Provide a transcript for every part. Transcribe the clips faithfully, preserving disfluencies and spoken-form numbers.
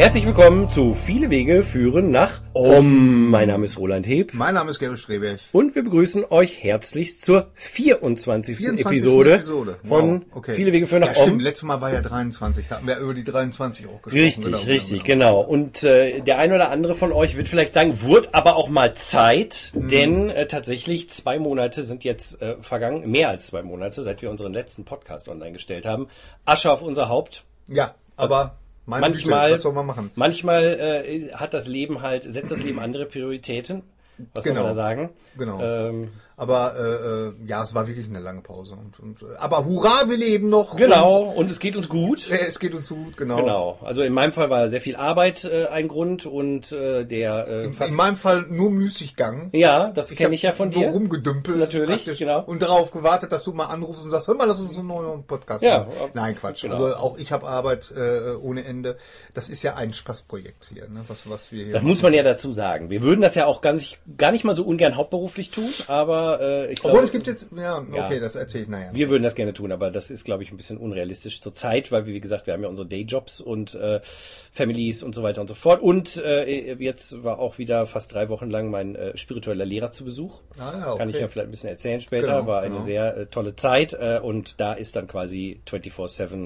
Herzlich willkommen zu Viele Wege führen nach Om. Mein Name ist Roland Heb. Mein Name ist Gary Streberg. Und wir begrüßen euch herzlichst zur vierundzwanzigsten vierundzwanzigste Episode, Episode. von Wow, okay. Viele Wege führen nach ja, Om. Stimmt, letztes Mal war ja dreiundzwanzig, da hatten wir über die dreiundzwanzig auch gesprochen. Richtig, genau, richtig, genau. genau. Und äh, der ein oder andere von euch wird vielleicht sagen, wurde aber auch mal Zeit, mhm. denn äh, tatsächlich zwei Monate sind jetzt äh, vergangen, mehr als zwei Monate, seit wir unseren letzten Podcast online gestellt haben. Asche auf unser Haupt. Ja, aber... Meine manchmal, Güte, was soll man machen? Manchmal äh, hat das Leben halt, setzt das Leben andere Prioritäten. Was genau. soll man da sagen? Genau. Ähm, aber äh, ja, es war wirklich eine lange Pause. Und, und, aber hurra, wir leben noch. Genau, und, und es geht uns gut. Äh, es geht uns gut, genau. Genau. Also in meinem Fall war sehr viel Arbeit äh, ein Grund und äh, der... Äh, in, fast in meinem Fall nur Müßiggang. Ja, das kenne ich ja von dir. Nur rumgedümpelt. Natürlich, genau. Und darauf gewartet, dass du mal anrufst und sagst, hör mal, lass uns einen neuen Podcast ja, machen. Nein, Quatsch. Genau. Also auch ich habe Arbeit äh, ohne Ende. Das ist ja ein Spaßprojekt hier, ne? was, was wir hier Das machen. muss man ja dazu sagen. Wir würden das ja auch gar nicht, gar nicht mal so ungern hauptberuflich tun, aber äh, ich glaube... Obwohl es gibt jetzt... Ja, okay, ja, das erzähle ich nachher. Wir würden das gerne tun, aber das ist, glaube ich, ein bisschen unrealistisch zur Zeit, weil, wie gesagt, wir haben ja unsere Dayjobs und äh, Families und so weiter und so fort. Und äh, jetzt war auch wieder fast drei Wochen lang mein äh, spiritueller Lehrer zu Besuch. Ah, ja, okay. Kann ich ja vielleicht ein bisschen erzählen später. Genau, war eine genau. sehr äh, tolle Zeit äh, und da ist dann quasi vierundzwanzig sieben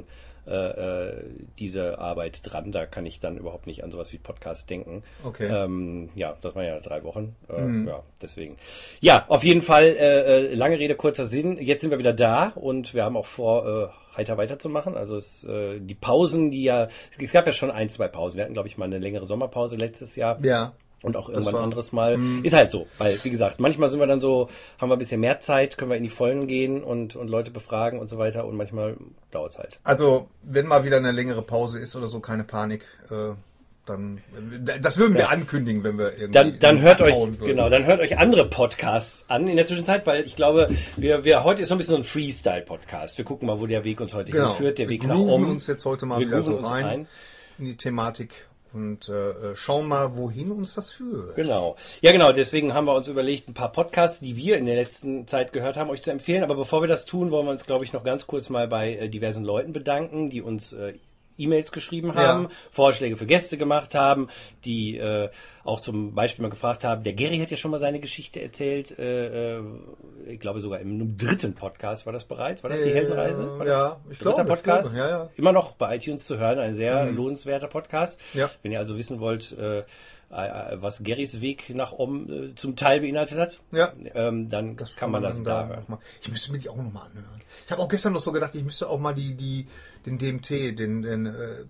äh, diese Arbeit dran. Da kann ich dann überhaupt nicht an sowas wie Podcast denken. Okay. Ähm, ja, das waren ja drei Wochen. Äh, Mhm. Ja, deswegen. Ja, auf jeden Fall, äh, lange Rede, kurzer Sinn. Jetzt sind wir wieder da und wir haben auch vor, äh, heiter weiterzumachen. Also es, äh, die Pausen, die ja, es gab ja schon ein, zwei Pausen. Wir hatten, glaube ich, mal eine längere Sommerpause letztes Jahr. Ja. Und auch irgendwann war- ein anderes Mal. Mhm. Ist halt so. Weil, wie gesagt, manchmal sind wir dann so, haben wir ein bisschen mehr Zeit, können wir in die Vollen gehen und, und Leute befragen und so weiter. Und manchmal dauert es halt. Also, wenn mal wieder eine längere Pause ist oder so, keine Panik, äh, dann, das würden wir Ja. ankündigen, wenn wir irgendwie... Dann, dann hört euch, abhauen würden. genau, dann hört euch andere Podcasts an in der Zwischenzeit, weil ich glaube, wir, wir, heute ist so ein bisschen so ein Freestyle-Podcast. Wir gucken mal, wo der Weg uns heute Genau. hinführt. Der Weg wir nach grooven oben. uns jetzt heute mal Wir wieder so grooven uns rein, ein. in die Thematik und äh, schauen mal, wohin uns das führt. Genau. Ja, genau. Deswegen haben wir uns überlegt, ein paar Podcasts, die wir in der letzten Zeit gehört haben, euch zu empfehlen. Aber bevor wir das tun, wollen wir uns, glaube ich, noch ganz kurz mal bei äh, diversen Leuten bedanken, die uns äh, E-Mails geschrieben haben, Ja. Vorschläge für Gäste gemacht haben, die äh, auch zum Beispiel mal gefragt haben, der Gary hat ja schon mal seine Geschichte erzählt, äh, äh, ich glaube sogar im dritten Podcast war das bereits, war das die Äh, Heldenreise? War das ja, ich dritter glaube, ich Podcast? glaube, ja, ja. Immer noch bei iTunes zu hören, ein sehr Mhm. lohnenswerter Podcast. Ja. Wenn ihr also wissen wollt, äh, äh, was Garys Weg nach Om äh, zum Teil beinhaltet hat, Ja. ähm, dann Das kann man das dann da hören. noch mal. Ich müsste mir die auch nochmal anhören. Ich habe auch gestern noch so gedacht, ich müsste auch mal die, die, den D M T, den, den äh,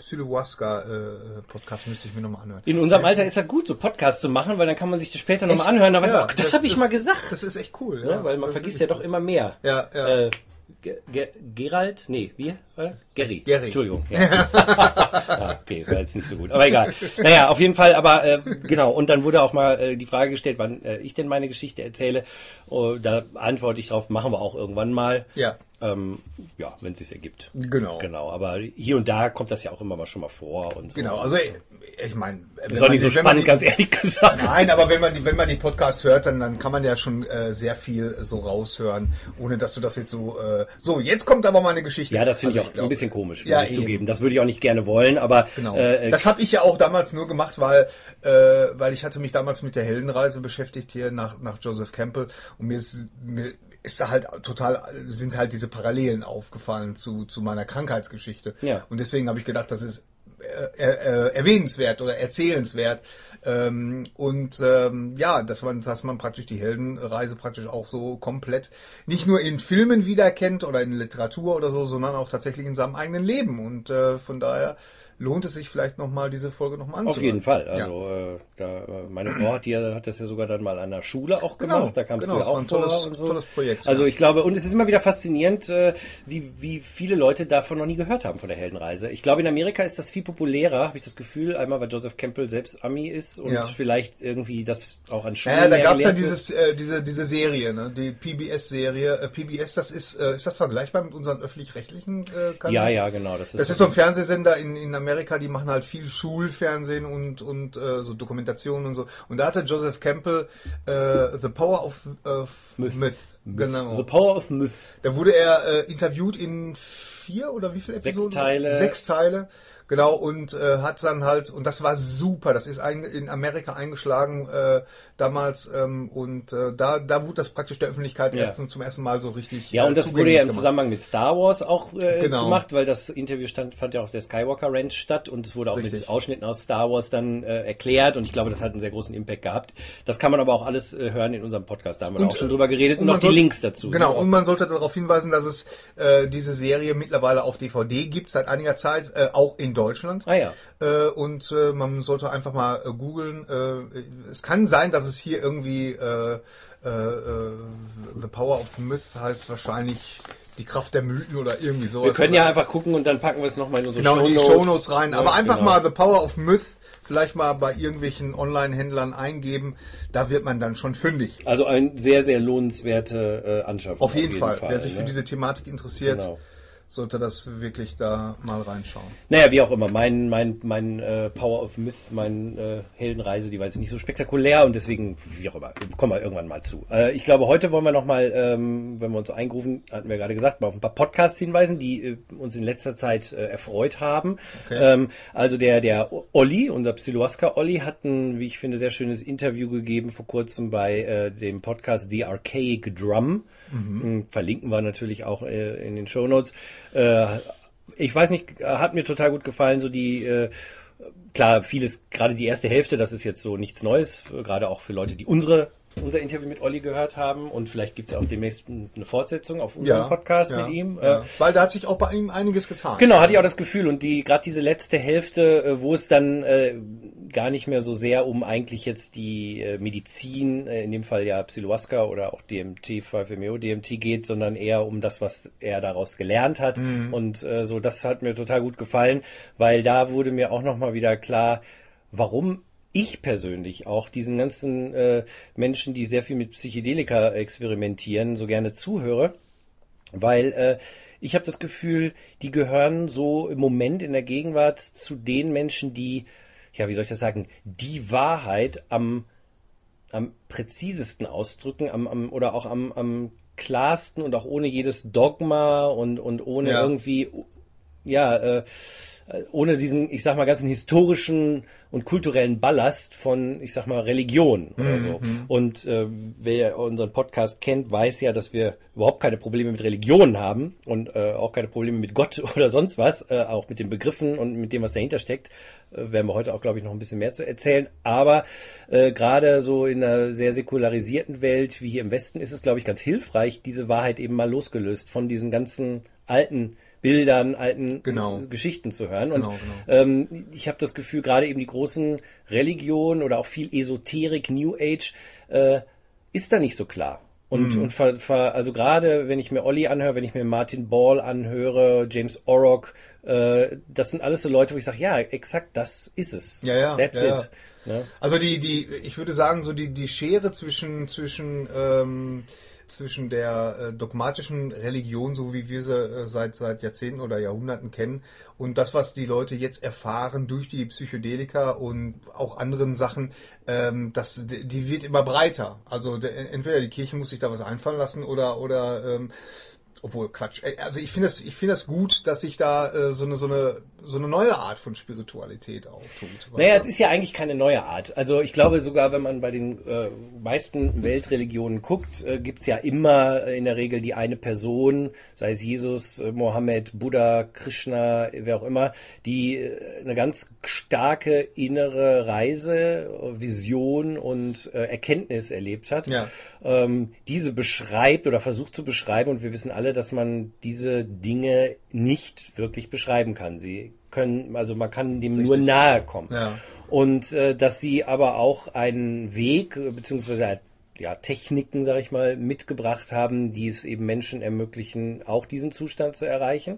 Psylohuasca-Podcast müsste ich mir nochmal anhören. In unserem Alter ist das gut, so Podcasts zu machen, weil dann kann man sich das später nochmal anhören. Da weiß man, ach, das, habe ich mal gesagt. Das ist echt cool. Ja, weil man Das vergisst ist ja doch immer mehr. Ja, ja. Äh, Ge Ge Gerald? Nee, wie? Äh? Gary. Gary. Entschuldigung. Ja. Ja, okay, war jetzt nicht so gut. Aber egal. Naja, auf jeden Fall, aber äh, genau. Und dann wurde auch mal äh, die Frage gestellt, wann äh, ich denn meine Geschichte erzähle. Oh, da antworte ich drauf, machen wir auch irgendwann mal. Ja. Ähm, ja, wenn es sich ergibt. Genau. Genau, aber hier und da kommt das ja auch immer mal schon mal vor. Und so. Genau, also ich, ich meine... Ist auch nicht so spannend, ganz ehrlich gesagt. Nein, aber wenn man die, wenn man die Podcasts hört, dann, dann kann man ja schon äh, sehr viel so raushören, ohne dass du das jetzt so... Äh, so, jetzt kommt aber meine Geschichte. Ja, das finde Also ich auch glaub, ein bisschen komisch, muss ja, ich eben. zugeben. Das würde ich auch nicht gerne wollen, aber Genau. äh, Das habe ich ja auch damals nur gemacht, weil äh, weil ich hatte mich damals mit der Heldenreise beschäftigt hier nach nach Joseph Campbell und mir ist mir ist da halt total sind halt diese Parallelen aufgefallen zu zu meiner Krankheitsgeschichte. Ja. Und deswegen habe ich gedacht, das ist äh, äh, erwähnenswert oder erzählenswert ähm, und ähm, ja, dass man dass man praktisch die Heldenreise praktisch auch so komplett nicht nur in Filmen wiedererkennt oder in Literatur oder so, sondern auch tatsächlich in seinem eigenen Leben und äh, von daher lohnt es sich vielleicht nochmal diese Folge nochmal anzuhören. auf jeden Fall. Also äh, da, äh, meine Frau hat, die, hat das ja sogar dann mal an der Schule auch gemacht. Genau, da kam es genau, mir es war auch ein vor tolles- und so. tolles Projekt, Also ja. ich glaube, und es ist immer wieder faszinierend, äh, wie, wie viele Leute davon noch nie gehört haben, von der Heldenreise. Ich glaube, in Amerika ist das viel populärer, habe ich das Gefühl. Einmal, weil Joseph Campbell selbst Ami ist und Ja. vielleicht irgendwie das auch an Schulen Ja, da mehr gab's ja gelehrt wird. dieses, äh, diese, diese Serie, ne? Die P B S-Serie. Äh, P B S, das ist, äh, ist das vergleichbar mit unseren öffentlich-rechtlichen äh, Kanälen? Ja, ja, genau. Das ist, Das ist so ein Fernsehsender in, in Amerika, die machen halt viel Schulfernsehen und, und äh, so Dokumentationen und so. Und da hatte Joseph Campbell äh, The Power of, of Myth. Myth. Genau. The Power of Myth. Da wurde er äh, interviewt in vier oder wie viele Episoden? Sechs Teile. Sechs Teile. Genau, und äh, hat dann halt, und das war super, das ist ein, in Amerika eingeschlagen äh, damals ähm, und äh, da da wurde das praktisch der Öffentlichkeit Ja. erst zum ersten Mal so richtig Ja, äh, und das wurde zugänglich ja im gemacht. Zusammenhang mit Star Wars auch äh, Genau. gemacht, weil das Interview stand, fand ja auf der Skywalker Ranch statt und es wurde auch Richtig. mit Ausschnitten aus Star Wars dann äh, erklärt und ich glaube, das hat einen sehr großen Impact gehabt. Das kann man aber auch alles äh, hören in unserem Podcast, da haben wir Und, auch schon drüber geredet und, und noch man die soll- Links dazu. Genau, Ne? und man sollte darauf hinweisen, dass es äh, diese Serie mittlerweile auf D V D gibt, seit einiger Zeit, äh, auch in Deutschland. Ah ja. Äh, und äh, man sollte einfach mal äh, googeln. Äh, es kann sein, dass es hier irgendwie äh, äh, äh, The Power of Myth heißt wahrscheinlich die Kraft der Mythen oder irgendwie sowas. Wir können oder, ja einfach gucken und dann packen wir es nochmal in unsere genau in die Shownotes. Shownotes rein. Ja, Aber einfach genau. mal The Power of Myth vielleicht mal bei irgendwelchen Online-Händlern eingeben. Da wird man dann schon fündig. Also ein sehr, sehr lohnenswerte äh, Anschaffung. Auf jeden, Fall. Wer sich ne? für diese Thematik interessiert, Genau. sollte das wirklich da mal reinschauen. Naja, wie auch immer, mein, mein, mein äh, Power of Myth, mein äh, Heldenreise, die war jetzt nicht so spektakulär und deswegen, wie auch immer, kommen wir irgendwann mal zu. Äh, ich glaube, heute wollen wir nochmal, ähm, wenn wir uns eingerufen, hatten wir gerade gesagt, mal auf ein paar Podcasts hinweisen, die äh, uns in letzter Zeit äh, erfreut haben. Okay. Ähm, also der, der Olli, unser Psiloaska-Olli, hat ein, wie ich finde, sehr schönes Interview gegeben vor kurzem bei äh, dem Podcast The Archaic Drum. Mhm. Verlinken wir natürlich auch äh, in den Shownotes. Äh, ich weiß nicht, hat mir total gut gefallen, so die, äh, klar, vieles, gerade die erste Hälfte, das ist jetzt so nichts Neues, äh, gerade auch für Leute, die unsere unser Interview mit Olli gehört haben und vielleicht gibt es ja auch demnächst eine Fortsetzung auf unserem Podcast ja, mit ihm. Ja. Äh, Weil da hat sich auch bei ihm einiges getan. Genau, hatte ich auch das Gefühl und die gerade diese letzte Hälfte, äh, wo es dann äh, gar nicht mehr so sehr um eigentlich jetzt die äh, Medizin, äh, in dem Fall ja Psiloaska oder auch D M T, fünf M E O D M T geht, sondern eher um das, was er daraus gelernt hat Mhm. und äh, so, das hat mir total gut gefallen, weil da wurde mir auch nochmal wieder klar, warum ich persönlich auch diesen ganzen äh, Menschen, die sehr viel mit Psychedelika experimentieren, so gerne zuhöre, weil äh, ich habe das Gefühl, die gehören so im Moment in der Gegenwart zu den Menschen, die, ja, wie soll ich das sagen, die Wahrheit am, am präzisesten ausdrücken, am, am oder auch am, am klarsten und auch ohne jedes Dogma und, und ohne Ja. irgendwie, ja, äh, ohne diesen, ich sag mal, ganzen historischen und kulturellen Ballast von, ich sag mal, Religion oder so. Und äh, wer unseren Podcast kennt, weiß ja, dass wir überhaupt keine Probleme mit Religion haben und äh, auch keine Probleme mit Gott oder sonst was, äh, auch mit den Begriffen und mit dem, was dahinter steckt. Äh, werden wir heute auch, glaube ich, noch ein bisschen mehr zu erzählen. Aber äh, gerade so in einer sehr säkularisierten Welt wie hier im Westen ist es, glaube ich, ganz hilfreich, diese Wahrheit eben mal losgelöst von diesen ganzen alten Bildern, alten Genau. äh, Geschichten zu hören. Und Genau, genau. ähm, ich habe das Gefühl, gerade eben die großen Religionen oder auch viel Esoterik, New Age, äh, ist da nicht so klar. Und, und ver, ver, also gerade wenn ich mir Olli anhöre, wenn ich mir Martin Ball anhöre, James Orrock, äh, das sind alles so Leute, wo ich sage, ja, exakt das ist es. Ja, ja, That's ja, it. Ne? Also die, die, ich würde sagen, so die, die Schere zwischen, zwischen, ähm, zwischen der äh, dogmatischen Religion, so wie wir sie äh, seit, seit Jahrzehnten oder Jahrhunderten kennen, und das, was die Leute jetzt erfahren durch die Psychedelika und auch anderen Sachen, ähm, das, die wird immer breiter. Also der, entweder die Kirche muss sich da was einfallen lassen oder, oder ähm, obwohl, Quatsch. Also ich finde das, ich finde das gut, dass sich da äh, so eine, so eine, so eine neue Art von Spiritualität auftut. Naja, es ist ja eigentlich keine neue Art. Also ich glaube sogar, wenn man bei den äh, meisten Weltreligionen guckt, äh, gibt's ja immer in der Regel die eine Person, sei es Jesus, äh, Mohammed, Buddha, Krishna, wer auch immer, die äh, eine ganz starke innere Reise, äh, Vision und äh, Erkenntnis erlebt hat. Ja. Ähm, diese beschreibt oder versucht zu beschreiben und wir wissen alle, dass man diese Dinge nicht wirklich beschreiben kann. Sie können, also man kann dem nur nahe kommen. Ja. Und äh, dass sie aber auch einen Weg äh, beziehungsweise ja, Techniken, sage ich mal, mitgebracht haben, die es eben Menschen ermöglichen, auch diesen Zustand zu erreichen.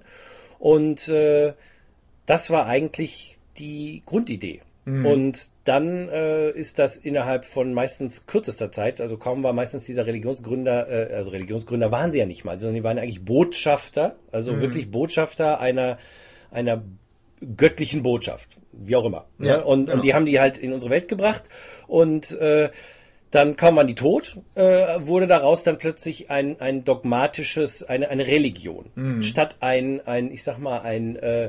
Und äh, das war eigentlich die Grundidee. Mhm. Und dann äh, ist das innerhalb von meistens kürzester Zeit, also kaum war meistens dieser Religionsgründer, äh, also Religionsgründer waren sie ja nicht mal, sondern die waren eigentlich Botschafter, also mhm. wirklich Botschafter einer einer göttlichen Botschaft, wie auch immer. Ja, ne? Und, genau. und die haben die halt in unsere Welt gebracht und äh, dann kam man die tot, äh, wurde daraus dann plötzlich ein ein dogmatisches, eine eine Religion, mhm. statt ein ein, ich sag mal ein äh,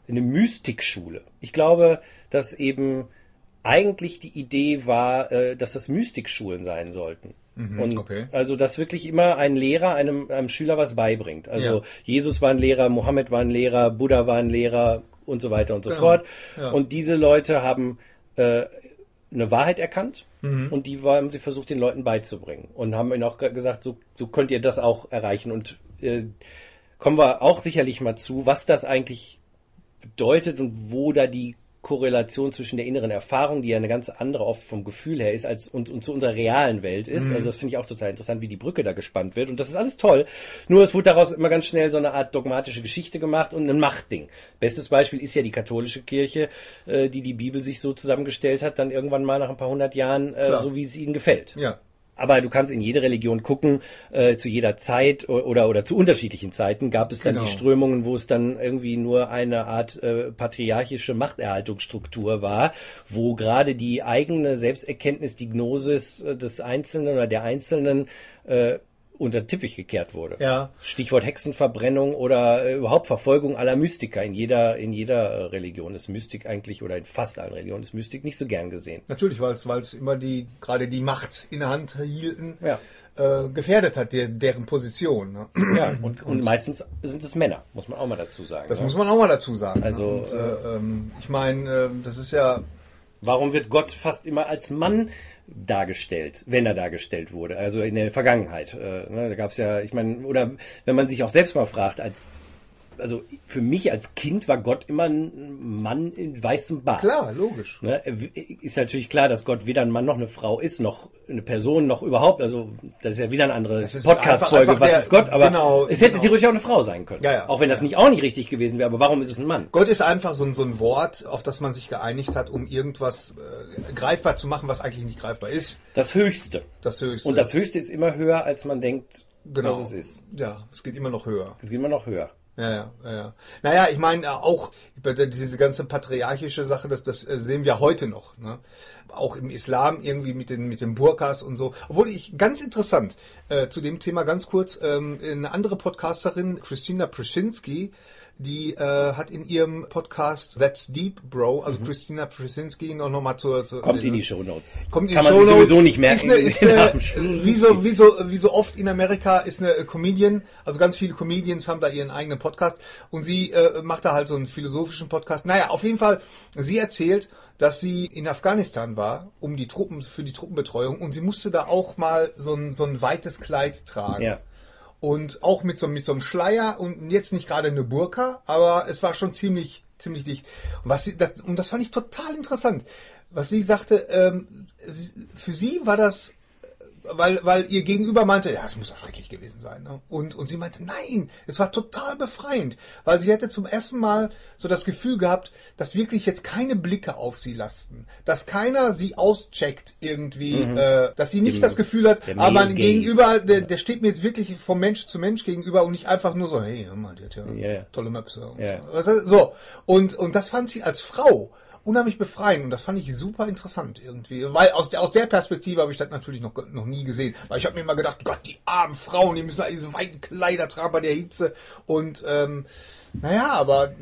eine Mystikschule. Ich glaube, dass eben eigentlich die Idee war, äh, dass das Mystikschulen sein sollten. Mhm, und okay. also, dass wirklich immer ein Lehrer einem, einem Schüler was beibringt. Also, Ja. Jesus war ein Lehrer, Mohammed war ein Lehrer, Buddha war ein Lehrer und so weiter und so Genau. fort. Ja. Und diese Leute haben äh, eine Wahrheit erkannt Mhm. und die war- haben sie versucht, den Leuten beizubringen. Und haben ihnen auch ge- gesagt, so, so könnt ihr das auch erreichen. Und äh, kommen wir auch sicherlich mal zu, was das eigentlich bedeutet und wo da die Korrelation zwischen der inneren Erfahrung, die ja eine ganz andere oft vom Gefühl her ist, als und, und zu unserer realen Welt ist. Mhm. Also das finde ich auch total interessant, wie die Brücke da gespannt wird. Und das ist alles toll. Nur es wurde daraus immer ganz schnell so eine Art dogmatische Geschichte gemacht und ein Machtding. Bestes Beispiel ist ja die katholische Kirche, äh, die die Bibel sich so zusammengestellt hat, dann irgendwann mal nach ein paar hundert Jahren, äh, Klar. so wie es ihnen gefällt. Ja. Aber du kannst in jede Religion gucken, äh, zu jeder Zeit o- oder oder zu unterschiedlichen Zeiten gab es dann Genau. die Strömungen, wo es dann irgendwie nur eine Art äh, patriarchische Machterhaltungsstruktur war, wo gerade die eigene Selbsterkenntnis, die Gnosis äh, des Einzelnen oder der Einzelnen äh, unter den Teppich gekehrt wurde. Ja. Stichwort Hexenverbrennung oder äh, überhaupt Verfolgung aller Mystiker. In jeder in jeder äh, Religion ist Mystik eigentlich, oder in fast allen Religionen ist Mystik nicht so gern gesehen. Natürlich, weil es weil es immer die gerade die Macht in der Hand hielten, Ja. äh, gefährdet hat, der, deren Position. Ne? Ja, und, und meistens sind es Männer, muss man auch mal dazu sagen. Das ne? muss man auch mal dazu sagen. Also, ne? Und, äh, ähm, ich meine, äh, das ist ja Warum wird Gott fast immer als Mann dargestellt, wenn er dargestellt wurde? Also in der Vergangenheit. Äh, ne, da gab es ja, ich meine, oder wenn man sich auch selbst mal fragt, als also für mich als Kind war Gott immer ein Mann in weißem Bart. klar, logisch. Ne? Ist natürlich klar, dass Gott weder ein Mann noch eine Frau ist, noch eine Person, noch überhaupt. Also das ist ja wieder eine andere Das ist Podcast-Folge, einfach- einfach was der- ist Gott? Aber genau, es hätte genau. theoretisch auch eine Frau sein können. Ja, ja. Auch wenn das nicht auch nicht richtig gewesen wäre. Aber warum ist es ein Mann? Gott ist einfach so ein, so ein Wort, auf das man sich geeinigt hat, um irgendwas äh, greifbar zu machen, was eigentlich nicht greifbar ist. Das Höchste. Das Höchste. Und das Höchste ist immer höher, als man denkt, genau. was es ist. Ja, es geht immer noch höher. Es geht immer noch höher. Ja, ja, ja, ja. Naja, ich meine, äh, auch über die- diese ganze patriarchische Sache, das, das äh, sehen wir heute noch. Ne? Auch im Islam irgendwie mit den, mit den Burkas und so. Obwohl ich, ganz interessant, äh, zu dem Thema ganz kurz, ähm, eine andere Podcasterin, Christina Prushinsky, die äh, hat in ihrem Podcast That's Deep, Bro, also Christina Prushinsky, noch, noch mal zur... zur Kommt in die Shownotes. Kommt in Kann die man sich Shownotes. sowieso nicht merken. Ist eine, ist nach eine, dem Studium. wie, so, wie, so, wie so oft in Amerika ist eine Comedian, also ganz viele Comedians haben da ihren eigenen Podcast und sie äh, macht da halt so einen philosophischen Podcast. Naja, auf jeden Fall, sie erzählt, dass sie in Afghanistan war, um die Truppen, für die Truppenbetreuung und sie musste da auch mal so ein, so ein weites Kleid tragen. Ja. Und auch mit so, mit so einem Schleier und jetzt nicht gerade eine Burka, aber es war schon ziemlich, ziemlich dicht. Und was sie, das, und das fand ich total interessant. Was sie sagte, ähm, sie, für sie war das, weil, weil ihr Gegenüber meinte, ja, es muss doch schrecklich gewesen sein. Ne? Und, und sie meinte, nein, es war total befreiend, weil sie hätte zum ersten Mal so das Gefühl gehabt, dass wirklich jetzt keine Blicke auf sie lasten, dass keiner sie auscheckt irgendwie, mhm. äh, dass sie nicht Dem, das Gefühl hat, der aber Male gegenüber, Gaze. der, der steht mir jetzt wirklich vom Mensch zu Mensch gegenüber und nicht einfach nur so, hey, hör mal, die hat ja Yeah. tolle Möpse. Und Yeah. so. so. Und, und das fand sie als Frau unheimlich befreiend und das fand ich super interessant irgendwie, weil aus der aus der Perspektive habe ich das natürlich noch noch nie gesehen, weil ich habe mir immer gedacht, Gott, die armen Frauen, die müssen diese weiten Kleider tragen bei der Hitze und ähm, naja, aber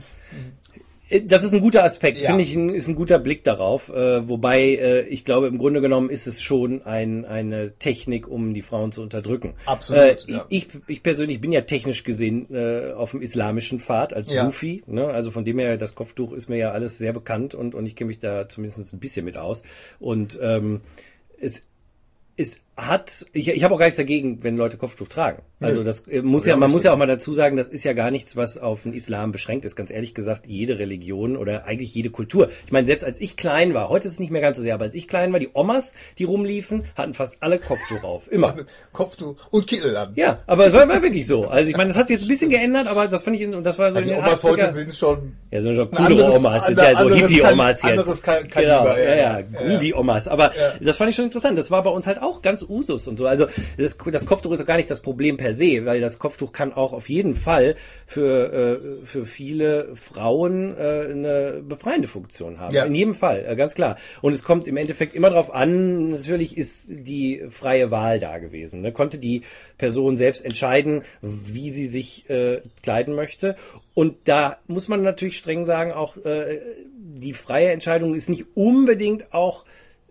Das ist ein guter Aspekt, Ja. finde ich, ein, ist ein guter Blick darauf. Äh, wobei, äh, ich glaube, im Grunde genommen ist es schon ein, eine Technik, um die Frauen zu unterdrücken. Absolut, Äh, ja. ich, ich persönlich bin ja technisch gesehen äh, auf dem islamischen Pfad als Ja. Sufi. Ne? Also von dem her, das Kopftuch ist mir ja alles sehr bekannt und, und ich kenne mich da zumindest ein bisschen mit aus. Und ähm, es es hat, ich, ich habe auch gar nichts dagegen, wenn Leute Kopftuch tragen. Also das äh, muss ja, man muss ja auch mal dazu sagen, das ist ja gar nichts, was auf den Islam beschränkt ist. Ganz ehrlich gesagt, jede Religion oder eigentlich jede Kultur. Ich meine, selbst als ich klein war, heute ist es nicht mehr ganz so sehr, aber als ich klein war, die Omas, die rumliefen, hatten fast alle Kopftuch auf. Immer. Kopftuch und Kittel an. Ja, aber es war, war wirklich so. Also ich meine, das hat sich jetzt ein bisschen geändert, aber das fand ich, und das war so Ja, in die den Omas achtziger. heute sind schon Ja, sind schon ein coole anderes- Omas, sind ander- ja so anderes Hippie-Omas Kal- jetzt. anderes Kal- Genau, Kaliber, ja, ja, ja, ja. Groovy-Omas. Aber das fand ich schon interessant. Das war bei uns halt auch ganz Usus und so. Also das, das Kopftuch ist doch gar nicht das Problem per se, weil das Kopftuch kann auch auf jeden Fall für äh, für viele Frauen äh, eine befreiende Funktion haben. Ja. In jedem Fall, äh, ganz klar. Und es kommt im Endeffekt immer darauf an, natürlich ist die freie Wahl da gewesen. Ne? Konnte die Person selbst entscheiden, wie sie sich äh, kleiden möchte. Und da muss man natürlich streng sagen, auch äh, die freie Entscheidung ist nicht unbedingt auch,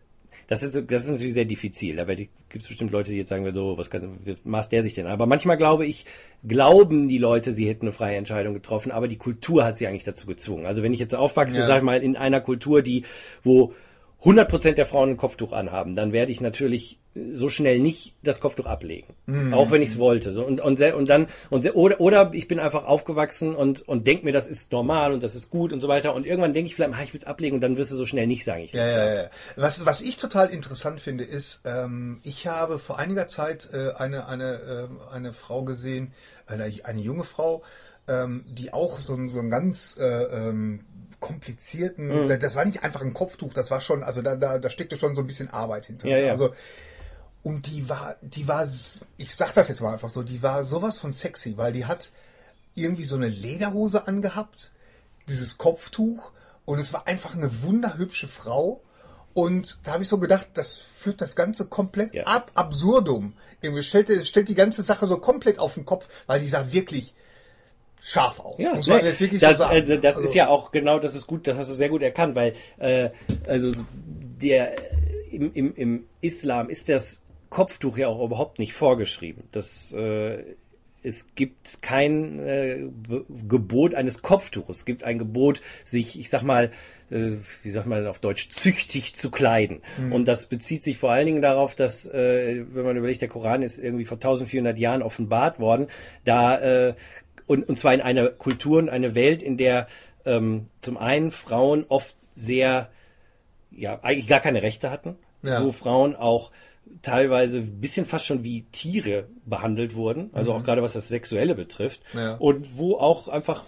das ist das ist natürlich sehr diffizil. Da gibt es bestimmt Leute, die jetzt sagen, so, was kann, wie maßt der sich denn? Aber manchmal glaube ich, glauben die Leute, sie hätten eine freie Entscheidung getroffen, aber die Kultur hat sie eigentlich dazu gezwungen. Also wenn ich jetzt aufwachse, ja. sag ich mal, in einer Kultur, die, wo hundert Prozent der Frauen ein Kopftuch anhaben, dann werde ich natürlich so schnell nicht das Kopftuch ablegen, mhm. auch wenn ich es wollte. So und und und dann und oder oder ich bin einfach aufgewachsen und und denk mir, das ist normal und das ist gut und so weiter. Und irgendwann denke ich vielleicht, ah, ich will es ablegen und dann wirst du so schnell nicht sagen. Ich ja, ja, ja. Was was ich total interessant finde, ist, ähm, ich habe vor einiger Zeit äh, eine eine äh, eine Frau gesehen, eine, eine junge Frau, ähm, die auch so so ein ganz äh, ähm, komplizierten, mhm. das war nicht einfach ein Kopftuch, das war schon, also da, da, da steckte schon so ein bisschen Arbeit hinter. Ja, ja. Also, und die war, die war, ich sag das jetzt mal einfach so, die war sowas von sexy, weil die hat irgendwie so eine Lederhose angehabt, dieses Kopftuch, und es war einfach eine wunderhübsche Frau. Und da habe ich so gedacht, das führt das Ganze komplett ja. ab absurdum. Irgendwie stellt, stellt die ganze Sache so komplett auf den Kopf, weil die sah wirklich scharf aus. Ja, muss man nee, jetzt wirklich das, so sagen. Also das also, ist ja auch genau, das ist gut, das hast du sehr gut erkannt, weil äh, also der im, im, im Islam ist das Kopftuch ja auch überhaupt nicht vorgeschrieben. Das äh, es gibt kein äh, Gebot eines Kopftuches. Es gibt ein Gebot, sich, ich sag mal, äh, wie sagt man auf Deutsch, züchtig zu kleiden. Mhm. Und das bezieht sich vor allen Dingen darauf, dass, äh, wenn man überlegt, der Koran ist irgendwie vor eintausendvierhundert Jahren offenbart worden, da äh, und, und zwar in einer Kultur und eine Welt, in der ähm, zum einen Frauen oft sehr, ja, eigentlich gar keine Rechte hatten, ja. wo Frauen auch teilweise ein bisschen fast schon wie Tiere behandelt wurden, also mhm. auch gerade was das Sexuelle betrifft, ja. und wo auch einfach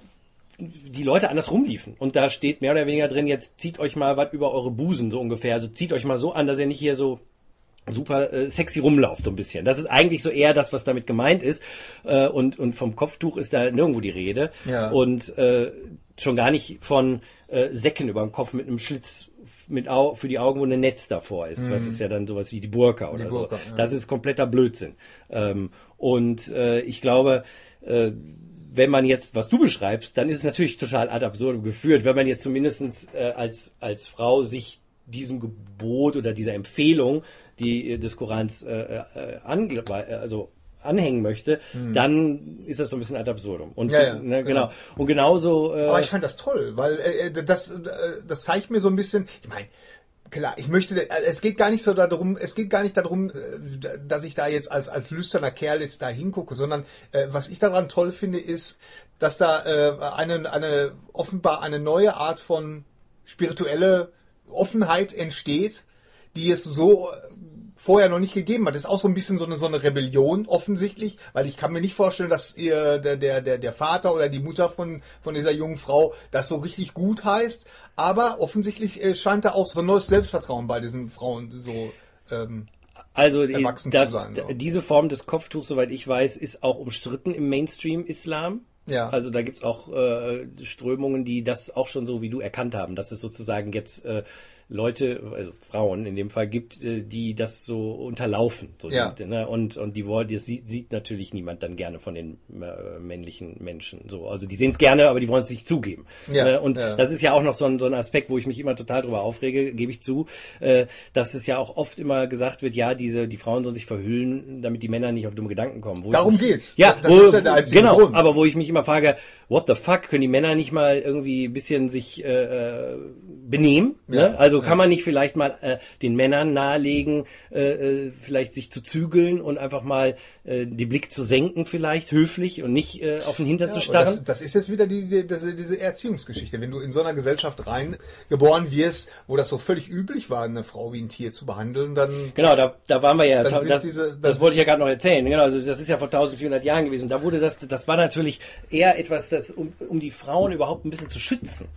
die Leute anders rumliefen. Und da steht mehr oder weniger drin, jetzt zieht euch mal was über eure Busen, so ungefähr, also zieht euch mal so an, dass ihr nicht hier so super äh, sexy rumlauft, so ein bisschen. Das ist eigentlich so eher das, was damit gemeint ist. Äh, und, und vom Kopftuch ist da nirgendwo die Rede. Ja. Und äh, schon gar nicht von äh, Säcken über dem Kopf mit einem Schlitz mit Au- für die Augen, wo ein Netz davor ist. Mhm. Was ist ja dann sowas wie die Burka oder die Burka, so. Ja. Das ist kompletter Blödsinn. Ähm, und äh, ich glaube, äh, wenn man jetzt, was du beschreibst, dann ist es natürlich total ad absurdum geführt, wenn man jetzt zumindestens äh, als, als Frau sich diesem Gebot oder dieser Empfehlung, die des Korans äh, äh, ange- also anhängen möchte, hm. dann ist das so ein bisschen ad absurdum. Und ja, ja, ne, genau. genau. Und genauso. Äh, Aber ich fand das toll, weil äh, das äh, das zeigt mir so ein bisschen. Ich meine, klar, ich möchte. Es geht gar nicht so darum. Es geht gar nicht darum, dass ich da jetzt als als lüsterner Kerl jetzt da hingucke, sondern äh, was ich daran toll finde, ist, dass da äh, eine eine offenbar eine neue Art von spirituelle Offenheit entsteht, die es so vorher noch nicht gegeben hat. Das ist auch so ein bisschen so eine, so eine Rebellion offensichtlich, weil ich kann mir nicht vorstellen, dass ihr der, der, der, der Vater oder die Mutter von, von dieser jungen Frau das so richtig gut heißt, aber offensichtlich äh, scheint da auch so ein neues Selbstvertrauen bei diesen Frauen so ähm, also erwachsen das, zu sein. So. Diese Form des Kopftuchs, soweit ich weiß, ist auch umstritten im Mainstream-Islam. Ja. Also da gibt's auch äh, Strömungen, die das auch schon so wie du erkannt haben, dass es sozusagen jetzt äh, Leute, also Frauen in dem Fall gibt, die das so unterlaufen. So ja. sind, ne? Und und die wollen, das sieht, sieht natürlich niemand dann gerne von den äh, männlichen Menschen. So, also die sehen es gerne, aber die wollen es nicht zugeben. Ja. Ne? Und ja. das ist ja auch noch so ein, so ein Aspekt, wo ich mich immer total drüber aufrege, gebe ich zu, äh, dass es ja auch oft immer gesagt wird, ja, diese die Frauen sollen sich verhüllen, damit die Männer nicht auf dumme Gedanken kommen. Wo Darum mich, geht's. Ja, das wo, ist ja der einzige genau. Grund. Aber wo ich mich immer frage, what the fuck, können die Männer nicht mal irgendwie ein bisschen sich äh, benehmen? Ja. Ne? Also kann man nicht vielleicht mal äh, den Männern nahelegen, äh, vielleicht sich zu zügeln und einfach mal äh, den Blick zu senken vielleicht, höflich und nicht äh, auf den Hintern ja, zu starren. Das, das ist jetzt wieder die, die, das, diese Erziehungsgeschichte. Wenn du in so einer Gesellschaft rein geboren wirst, wo das so völlig üblich war, eine Frau wie ein Tier zu behandeln, dann... Genau, da, da waren wir ja, das, diese, das, das wollte ich ja gerade noch erzählen. Genau, also das ist ja vor eintausendvierhundert Jahren gewesen. Da wurde das, das war natürlich eher etwas, das um, um die Frauen überhaupt ein bisschen zu schützen.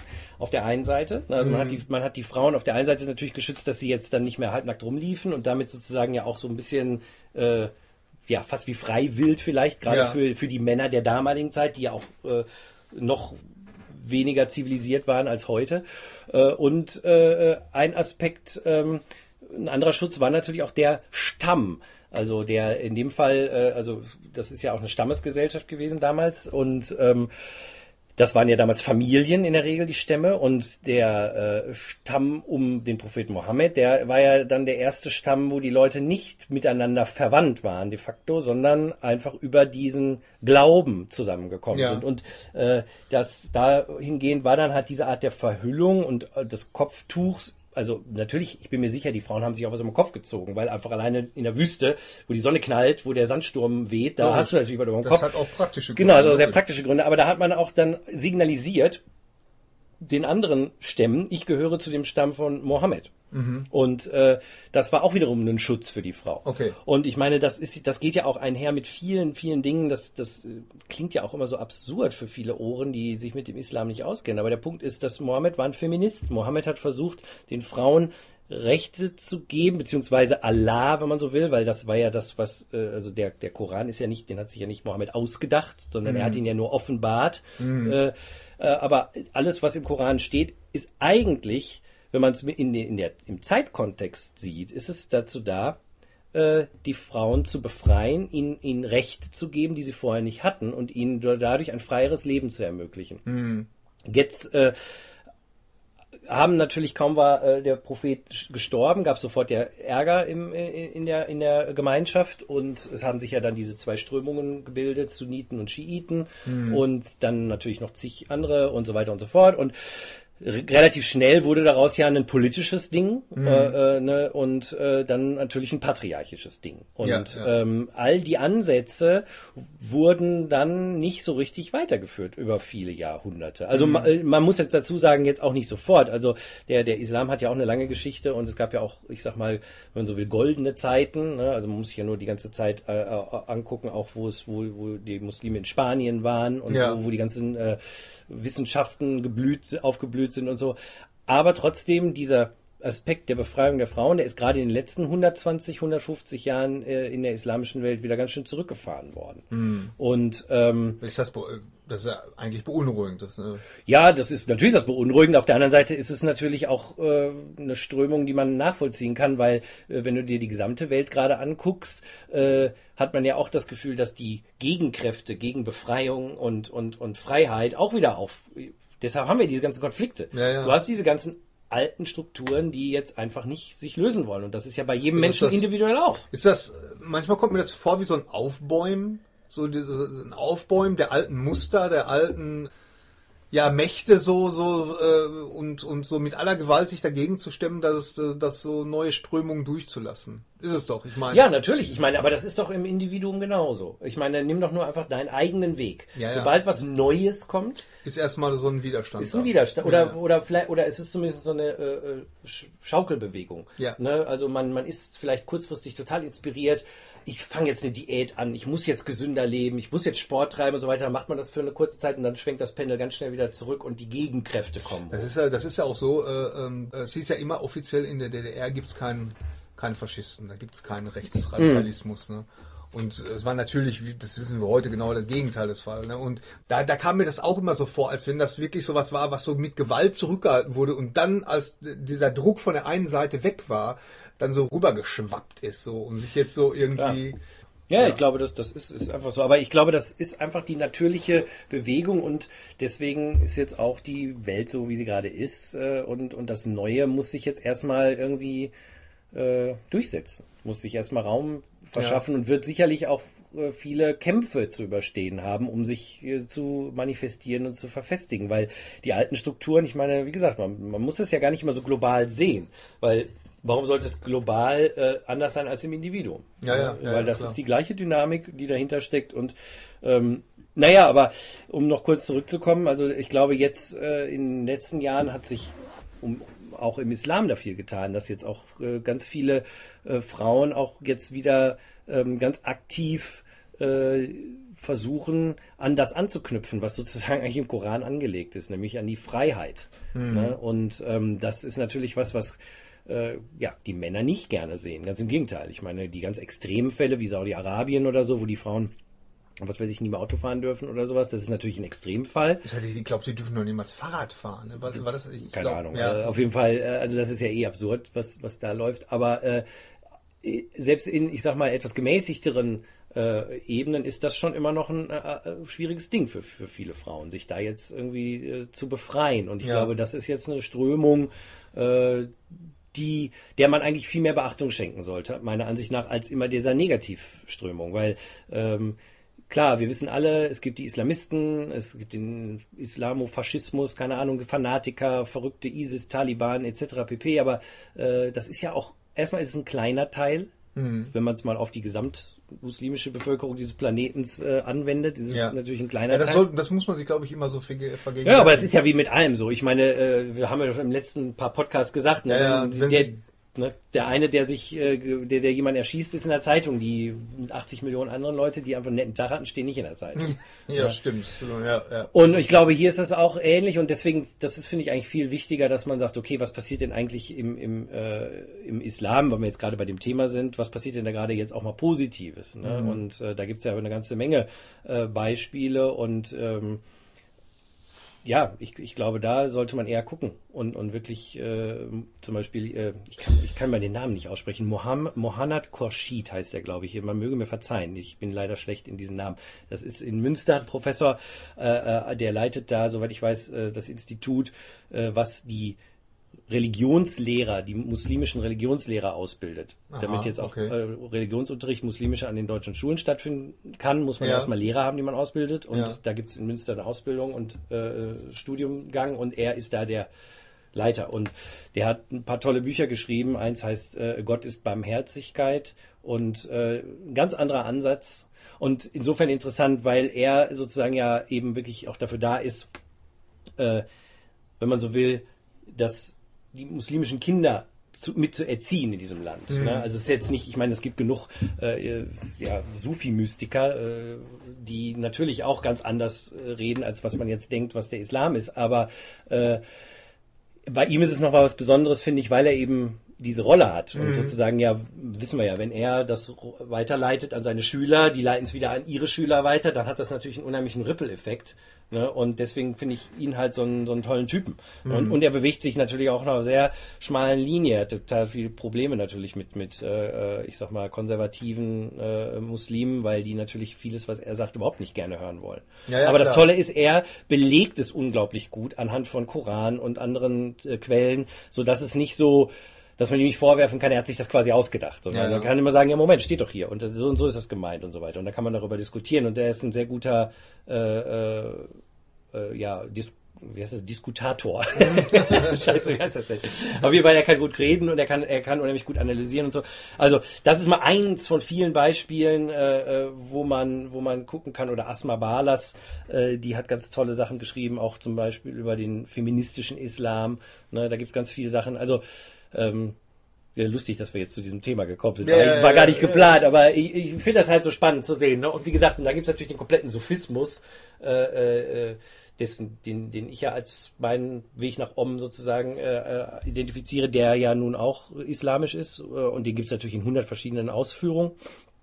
auf der einen Seite. Also man hat die, man hat die Frauen auf der einen Seite natürlich geschützt, dass sie jetzt dann nicht mehr halbnackt rumliefen und damit sozusagen ja auch so ein bisschen, äh, ja, fast wie frei wild vielleicht, gerade Ja. für, für die Männer der damaligen Zeit, die ja auch äh, noch weniger zivilisiert waren als heute. Äh, und äh, ein Aspekt, ähm, ein anderer Schutz war natürlich auch der Stamm. Also der in dem Fall, äh, also das ist ja auch eine Stammesgesellschaft gewesen damals und ähm, das waren ja damals Familien in der Regel, die Stämme, und der äh, Stamm um den Propheten Mohammed, der war ja dann der erste Stamm, wo die Leute nicht miteinander verwandt waren de facto, sondern einfach über diesen Glauben zusammengekommen Ja. sind. Und äh, das dahingehend war dann halt diese Art der Verhüllung und äh, des Kopftuchs. Also natürlich, ich bin mir sicher, die Frauen haben sich auch was um den Kopf gezogen, weil einfach alleine in der Wüste, wo die Sonne knallt, wo der Sandsturm weht, da Logisch. hast du natürlich was über den Das Kopf. hat auch praktische Gründe. Genau, also sehr logisch. praktische Gründe. Aber da hat man auch dann signalisiert, den anderen Stämmen, ich gehöre zu dem Stamm von Mohammed. Mhm. Und äh, das war auch wiederum ein Schutz für die Frau. Okay. Und ich meine, das ist, das geht ja auch einher mit vielen, vielen Dingen. Das, das äh, klingt ja auch immer so absurd für viele Ohren, die sich mit dem Islam nicht auskennen. Aber der Punkt ist, dass Mohammed war ein Feminist. Mohammed hat versucht, den Frauen Rechte zu geben, beziehungsweise Allah, wenn man so will, weil das war ja das, was, äh, also der, der Koran ist ja nicht, den hat sich ja nicht Mohammed ausgedacht, sondern mhm. er hat ihn ja nur offenbart. Mhm. Äh, äh, aber alles, was im Koran steht, ist eigentlich, wenn man es in, in der, im Zeitkontext sieht, ist es dazu da, äh, die Frauen zu befreien, ihnen, ihnen Rechte zu geben, die sie vorher nicht hatten, und ihnen dadurch ein freieres Leben zu ermöglichen. Mhm. Jetzt äh, haben natürlich, kaum war äh, der Prophet gestorben, gab es sofort ja Ärger im, in, der, in der Gemeinschaft, und es haben sich ja dann diese zwei Strömungen gebildet, Sunniten und Schiiten, mhm. und dann natürlich noch zig andere und so weiter und so fort. Und relativ schnell wurde daraus ja ein politisches Ding mhm. äh, ne, und äh, dann natürlich ein patriarchisches Ding. Und ja, ja. Ähm, all die Ansätze wurden dann nicht so richtig weitergeführt über viele Jahrhunderte. Also mhm. man, man muss jetzt dazu sagen, jetzt auch nicht sofort. Also der, der Islam hat ja auch eine lange Geschichte, und es gab ja auch, ich sag mal, wenn man so will, goldene Zeiten. Ne? Also man muss sich ja nur die ganze Zeit äh, angucken, auch wo es, wo, wo die Muslime in Spanien waren und ja. wo, wo die ganzen äh, Wissenschaften geblüht, aufgeblüht sind und so. Aber trotzdem, dieser Aspekt der Befreiung der Frauen, der ist gerade in den letzten hundertzwanzig, hundertfünfzig Jahren äh, in der islamischen Welt wieder ganz schön zurückgefahren worden. Mhm. Und ähm, ist das, das ist ja eigentlich beunruhigend. Das, äh ja, das ist natürlich das beunruhigend. Auf der anderen Seite ist es natürlich auch äh, eine Strömung, die man nachvollziehen kann, weil äh, wenn du dir die gesamte Welt gerade anguckst, äh, hat man ja auch das Gefühl, dass die Gegenkräfte gegen Befreiung und und und Freiheit auch wieder auf. Deshalb haben wir diese ganzen Konflikte. Ja, ja. Du hast diese ganzen alten Strukturen, die jetzt einfach nicht sich lösen wollen. Und das ist ja bei jedem Menschen das, individuell auch. Ist das, manchmal kommt mir das vor wie so ein Aufbäumen, so diese, ein Aufbäumen der alten Muster, der alten, ja, Mächte so, so, äh, und, und so mit aller Gewalt sich dagegen zu stemmen, dass es, dass so neue Strömungen durchzulassen. Ist es doch, ich meine. Ja, natürlich. Ich meine, aber das ist doch im Individuum genauso. Ich meine, nimm doch nur einfach deinen eigenen Weg. Ja, ja. Sobald was Neues kommt, ist erstmal so ein Widerstand. Ist ein Widerstand. Oder, ja. oder vielleicht, oder es ist zumindest so eine äh, Schaukelbewegung. Ja. Ne? Also man, man ist vielleicht kurzfristig total inspiriert. Ich fange jetzt eine Diät an, ich muss jetzt gesünder leben, ich muss jetzt Sport treiben und so weiter. Dann macht man das für eine kurze Zeit und dann schwenkt das Pendel ganz schnell wieder zurück und die Gegenkräfte kommen. Das ist ja, das ist ja auch so, äh, äh, es hieß ja immer offiziell, in der D D R gibt es keinen, keinen Faschisten, da gibt es keinen Rechtsradikalismus. Mm. Ne? Und es war natürlich, das wissen wir heute, genau das Gegenteil des Falls. Ne? Und da, da kam mir das auch immer so vor, als wenn das wirklich so was war, was so mit Gewalt zurückgehalten wurde und dann, als dieser Druck von der einen Seite weg war, dann so rübergeschwappt ist so und sich jetzt so irgendwie... Ja, ja, ich glaube, das, das ist, ist einfach so. Aber ich glaube, das ist einfach die natürliche Bewegung, und deswegen ist jetzt auch die Welt so, wie sie gerade ist, und, und das Neue muss sich jetzt erstmal irgendwie äh, durchsetzen, muss sich erstmal Raum verschaffen, ja. Und wird sicherlich auch äh, viele Kämpfe zu überstehen haben, um sich äh, zu manifestieren und zu verfestigen, weil die alten Strukturen, ich meine, wie gesagt, man, man muss es ja gar nicht immer so global sehen, weil warum sollte es global äh, anders sein als im Individuum? Ja, ja, ja, weil das klar. ist die gleiche Dynamik, die dahinter steckt. Und ähm, naja, aber um noch kurz zurückzukommen, also ich glaube, jetzt äh, in den letzten Jahren hat sich um, auch im Islam da viel getan, dass jetzt auch äh, ganz viele äh, Frauen auch jetzt wieder ähm, ganz aktiv äh, versuchen, an das anzuknüpfen, was sozusagen eigentlich im Koran angelegt ist, nämlich an die Freiheit. Mhm. Ne? Und ähm, das ist natürlich was, was äh, ja die Männer nicht gerne sehen. Ganz im Gegenteil. Ich meine, die ganz extremen Fälle wie Saudi-Arabien oder so, wo die Frauen, was weiß ich, nie mehr Auto fahren dürfen oder sowas, das ist natürlich ein Extremfall. Ich glaube, die dürfen noch niemals Fahrrad fahren. Ne? War, war das, ich Keine glaub, Ahnung. Ja. Äh, auf jeden Fall, äh, also das ist ja eh absurd, was, was da läuft. Aber äh, selbst in, ich sag mal, etwas gemäßigteren äh, Ebenen ist das schon immer noch ein äh, schwieriges Ding für, für viele Frauen, sich da jetzt irgendwie äh, zu befreien. Und ich Ja. glaube, das ist jetzt eine Strömung, äh, die, der man eigentlich viel mehr Beachtung schenken sollte, meiner Ansicht nach, als immer dieser Negativströmung. Weil ähm, klar, wir wissen alle, es gibt die Islamisten, es gibt den Islamofaschismus, keine Ahnung, Fanatiker, verrückte ISIS, Taliban et cetera pp. Aber äh, das ist ja auch, erstmal ist es ein kleiner Teil, mhm. wenn man es mal auf die gesamtmuslimische Bevölkerung dieses Planetens äh, anwendet. Das ist ja. natürlich ein kleiner ja, das Teil. Soll, das muss man sich, glaube ich, immer so verge- vergegenwärtigen. Ja, aber es ist ja wie mit allem so. Ich meine, äh, wir haben ja schon im letzten paar Podcasts gesagt, ne, ja, wenn, wenn der, sich, ne, der eine, der sich, äh, der, der jemanden erschießt, ist in der Zeitung. Die achtzig Millionen anderen Leute, die einfach einen netten Tag hatten, stehen nicht in der Zeitung. ja, ja, stimmt. Ja, ja. Und ich glaube, hier ist das auch ähnlich und deswegen, das ist, finde ich, eigentlich viel wichtiger, dass man sagt, okay, was passiert denn eigentlich im, im, äh, im Islam, weil wir jetzt gerade bei dem Thema sind, was passiert denn da gerade jetzt auch mal Positives? Ne? Mhm. Und äh, da gibt's ja eine ganze Menge äh, Beispiele und ähm, ja, ich, ich glaube, da sollte man eher gucken und, und wirklich äh, zum Beispiel, äh, ich, kann, ich kann mal den Namen nicht aussprechen, Mohammed, Mohanad Khorshid heißt er, glaube ich. Man möge mir verzeihen, ich bin leider schlecht in diesen Namen. Das ist in Münster ein Professor, äh, der leitet da, soweit ich weiß, äh, das Institut, äh, was die Religionslehrer, die muslimischen Religionslehrer ausbildet. Aha, damit jetzt auch okay. äh, Religionsunterricht muslimischer an den deutschen Schulen stattfinden kann, muss man ja. erstmal Lehrer haben, die man ausbildet. Und ja. da gibt es in Münster eine Ausbildung und äh, Studiumgang und er ist da der Leiter. Und der hat ein paar tolle Bücher geschrieben. Eins heißt äh, Gott ist Barmherzigkeit und äh, ein ganz anderer Ansatz. Und insofern interessant, weil er sozusagen ja eben wirklich auch dafür da ist, äh, wenn man so will, dass die muslimischen Kinder zu, mit zu erziehen in diesem Land. Mhm. Ne? Also es ist jetzt nicht, ich meine, es gibt genug äh, ja, Sufi-Mystiker, äh, die natürlich auch ganz anders äh, reden, als was man jetzt denkt, was der Islam ist. Aber äh, bei ihm ist es noch mal was Besonderes, finde ich, weil er eben diese Rolle hat. Und mhm. sozusagen, ja, wissen wir ja, wenn er das weiterleitet an seine Schüler, die leiten es wieder an ihre Schüler weiter, dann hat das natürlich einen unheimlichen Ripple-Effekt. Ne? Und deswegen finde ich ihn halt so einen, so einen tollen Typen. Mhm. Und, und er bewegt sich natürlich auch noch einer sehr schmalen Linie. Er hat total viele Probleme natürlich mit, mit äh, ich sag mal, konservativen äh, Muslimen, weil die natürlich vieles, was er sagt, überhaupt nicht gerne hören wollen. Ja, ja, Aber klar. Das Tolle ist, er belegt es unglaublich gut anhand von Koran und anderen äh, Quellen, sodass es nicht so, dass man ihm nicht vorwerfen kann, er hat sich das quasi ausgedacht. Sondern ja, ja. Man kann immer sagen, ja Moment, steht doch hier und so und so ist das gemeint und so weiter. Und da kann man darüber diskutieren und der ist ein sehr guter äh, äh, äh, ja, Dis- wie heißt das? Diskutator. Scheiße, wie heißt das denn? Auf jeden Fall, er kann gut reden und er kann, er kann unheimlich gut analysieren und so. Also, das ist mal eins von vielen Beispielen, äh, wo man, wo man gucken kann. Oder Asma Balas, äh, die hat ganz tolle Sachen geschrieben, auch zum Beispiel über den feministischen Islam. Ne, da gibt's ganz viele Sachen. Also, ähm, ja, lustig, dass wir jetzt zu diesem Thema gekommen sind. Ja, war, war gar nicht ja, geplant, ja. aber ich, ich finde das halt so spannend zu sehen. Ne? Und wie gesagt, und da gibt's natürlich den kompletten Sophismus, äh, äh, dessen, den, den ich ja als meinen Weg nach Om sozusagen äh, identifiziere, der ja nun auch islamisch ist. Äh, und den gibt's natürlich in hundert verschiedenen Ausführungen.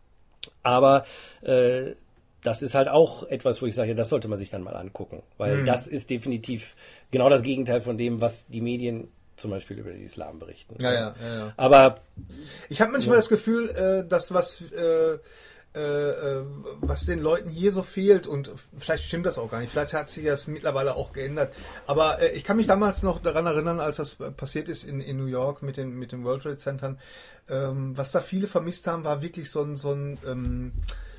Aber äh, das ist halt auch etwas, wo ich sage, das sollte man sich dann mal angucken. Weil mhm. das ist definitiv genau das Gegenteil von dem, was die Medien zum Beispiel über den Islam berichten. Ja, ja, ja, ja. Aber ich habe manchmal ja. das Gefühl, äh, dass was äh, äh, was den Leuten hier so fehlt, und vielleicht stimmt das auch gar nicht, vielleicht hat sich das mittlerweile auch geändert, aber äh, ich kann mich damals noch daran erinnern, als das passiert ist in, in New York mit den mit den World Trade Centern, ähm, was da viele vermisst haben, war wirklich so ein, so ein ähm,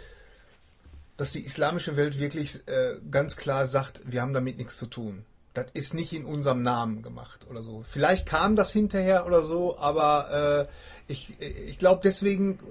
dass die islamische Welt wirklich äh, ganz klar sagt, wir haben damit nichts zu tun. Das ist nicht in unserem Namen gemacht oder so. Vielleicht kam das hinterher oder so, aber äh, ich, ich glaube, deswegen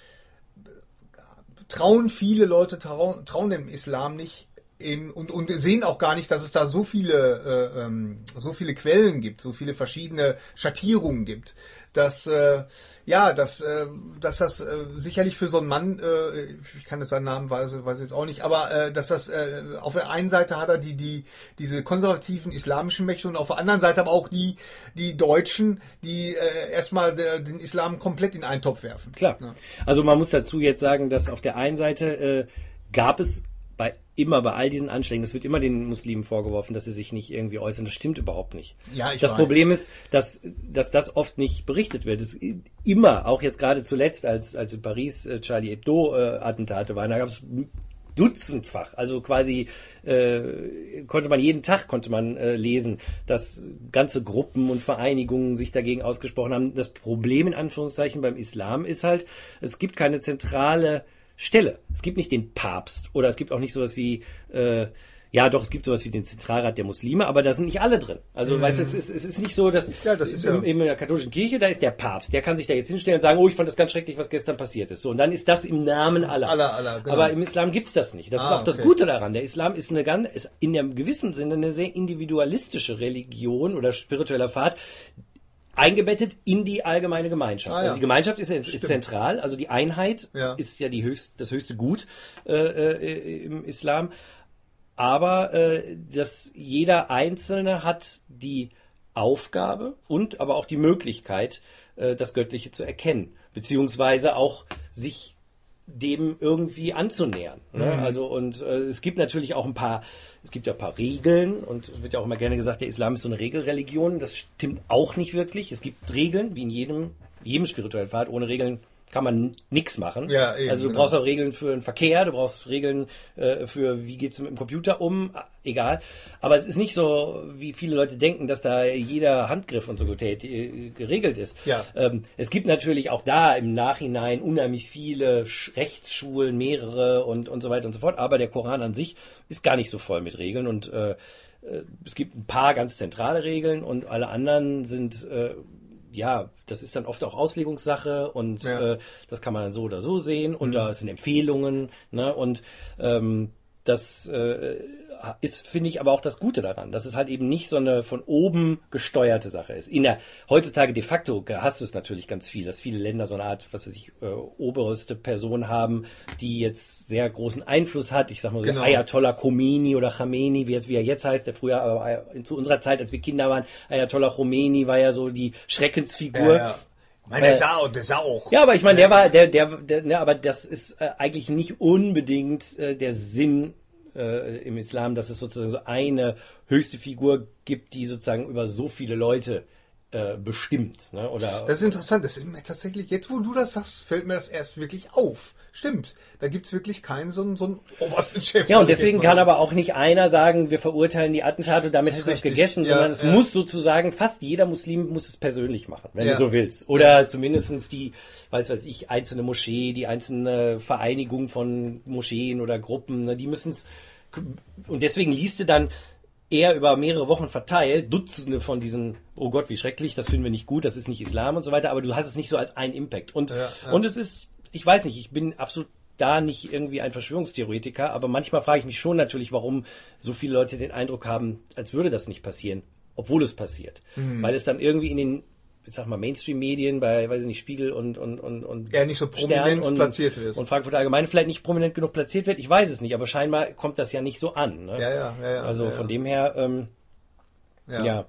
trauen viele Leute, trauen, trauen dem Islam nicht eben, und, und sehen auch gar nicht, dass es da so viele, äh, ähm, so viele Quellen gibt, so viele verschiedene Schattierungen gibt. dass äh, ja, dass äh, dass das äh, sicherlich für so einen Mann, äh, ich kann jetzt seinen Namen weiß, weiß jetzt auch nicht, aber äh, dass das äh, auf der einen Seite hat er die die diese konservativen islamischen Mächte und auf der anderen Seite aber auch die die Deutschen, die äh, erstmal der, den Islam komplett in einen Topf werfen. Klar. Ja. Also man muss dazu jetzt sagen, dass auf der einen Seite äh, gab es bei immer bei all diesen Anschlägen, es wird immer den Muslimen vorgeworfen, dass sie sich nicht irgendwie äußern. Das stimmt überhaupt nicht. Ja, ich das weiß. Problem ist, dass, dass das oft nicht berichtet wird. Es immer, auch jetzt gerade zuletzt, als, als in Paris äh, Charlie Hebdo äh, Attentate waren, da gab es dutzendfach, also quasi äh, konnte man jeden Tag konnte man äh, lesen, dass ganze Gruppen und Vereinigungen sich dagegen ausgesprochen haben. Das Problem in Anführungszeichen beim Islam ist halt, es gibt keine zentrale Stelle. Es gibt nicht den Papst oder es gibt auch nicht sowas wie, äh, ja doch, es gibt sowas wie den Zentralrat der Muslime, aber da sind nicht alle drin. Also mhm. weißt du, es ist, es ist nicht so, dass ja, das ist ja in, in der katholischen Kirche, da ist der Papst, der kann sich da jetzt hinstellen und sagen, oh, ich fand das ganz schrecklich, was gestern passiert ist. So, und dann ist das im Namen aller. aller, aller genau. Aber im Islam gibt's das nicht. Das ah, ist auch das okay. Gute daran. Der Islam ist eine ganz, ist in einem gewissen Sinne eine sehr individualistische Religion oder spiritueller Pfad, eingebettet in die allgemeine Gemeinschaft. Ah, ja. Also die Gemeinschaft ist, ist zentral, also die Einheit ja. ist ja die höchst, das höchste Gut äh, äh, im Islam. Aber äh, dass jeder Einzelne hat die Aufgabe und aber auch die Möglichkeit, äh, das Göttliche zu erkennen, beziehungsweise auch sich dem irgendwie anzunähern. Ne? Mhm. Also und äh, es gibt natürlich auch ein paar, es gibt ja ein paar Regeln und es wird ja auch immer gerne gesagt, der Islam ist so eine Regelreligion. Das stimmt auch nicht wirklich. Es gibt Regeln, wie in jedem, jedem spirituellen Pfad. Ohne Regeln kann man nichts machen. Ja, eben, also du genau. brauchst auch Regeln für den Verkehr, du brauchst Regeln äh, für, wie geht's mit dem Computer um, egal. Aber es ist nicht so, wie viele Leute denken, dass da jeder Handgriff und so äh, geregelt ist. Ja. Ähm, es gibt natürlich auch da im Nachhinein unheimlich viele Sch- Rechtsschulen, mehrere und, und so weiter und so fort. Aber der Koran an sich ist gar nicht so voll mit Regeln und äh, es gibt ein paar ganz zentrale Regeln und alle anderen sind äh, ja, das ist dann oft auch Auslegungssache und ja. äh, das kann man dann so oder so sehen und mhm. da sind Empfehlungen, ne? Und ähm, das äh, ist, finde ich, aber auch das Gute daran, dass es halt eben nicht so eine von oben gesteuerte Sache ist. In der heutzutage de facto hast du es natürlich ganz viel, dass viele Länder so eine Art, was weiß ich, äh, oberste Person haben, die jetzt sehr großen Einfluss hat. Ich sag mal so genau. Ayatollah Khomeini oder Khamenei, wie, jetzt, wie er jetzt heißt, der früher, aber zu unserer Zeit, als wir Kinder waren, Ayatollah Khomeini war ja so die Schreckensfigur. Ja, ja. Ich meine, der sah, auch, der sah auch. Ja, aber ich meine, der war, der, der, der, ne, aber das ist äh, eigentlich nicht unbedingt äh, der Sinn äh, im Islam, dass es sozusagen so eine höchste Figur gibt, die sozusagen über so viele Leute äh, bestimmt. Ne? Oder, das ist interessant. Das ist mir tatsächlich, jetzt wo du das sagst, fällt mir das erst wirklich auf. Stimmt. Da gibt's wirklich keinen so einen, so einen obersten Chef. Ja, und deswegen kann aber auch nicht einer sagen, wir verurteilen die Attentate und damit ist es gegessen, ja, sondern es ja. muss sozusagen, fast jeder Muslim muss es persönlich machen, wenn ja. du so willst. Oder ja. zumindestens die, weiß weiß ich, einzelne Moschee, die einzelne Vereinigung von Moscheen oder Gruppen, ne, die müssen es, und deswegen liest du dann eher über mehrere Wochen verteilt, Dutzende von diesen, oh Gott, wie schrecklich, das finden wir nicht gut, das ist nicht Islam und so weiter, aber du hast es nicht so als einen Impact. Und, ja, ja. und es ist, ich weiß nicht, ich bin absolut da nicht irgendwie ein Verschwörungstheoretiker, aber manchmal frage ich mich schon natürlich, warum so viele Leute den Eindruck haben, als würde das nicht passieren, obwohl es passiert. Mhm. Weil es dann irgendwie in den, ich sag mal, Mainstream-Medien, bei, weiß ich nicht, Spiegel und, und, und, und ja, nicht so prominent und, platziert wird. Und Frankfurt Allgemeine vielleicht nicht prominent genug platziert wird, ich weiß es nicht, aber scheinbar kommt das ja nicht so an. Ne? Ja, ja, ja, ja. Also ja, von ja. dem her, ähm, ja. ja.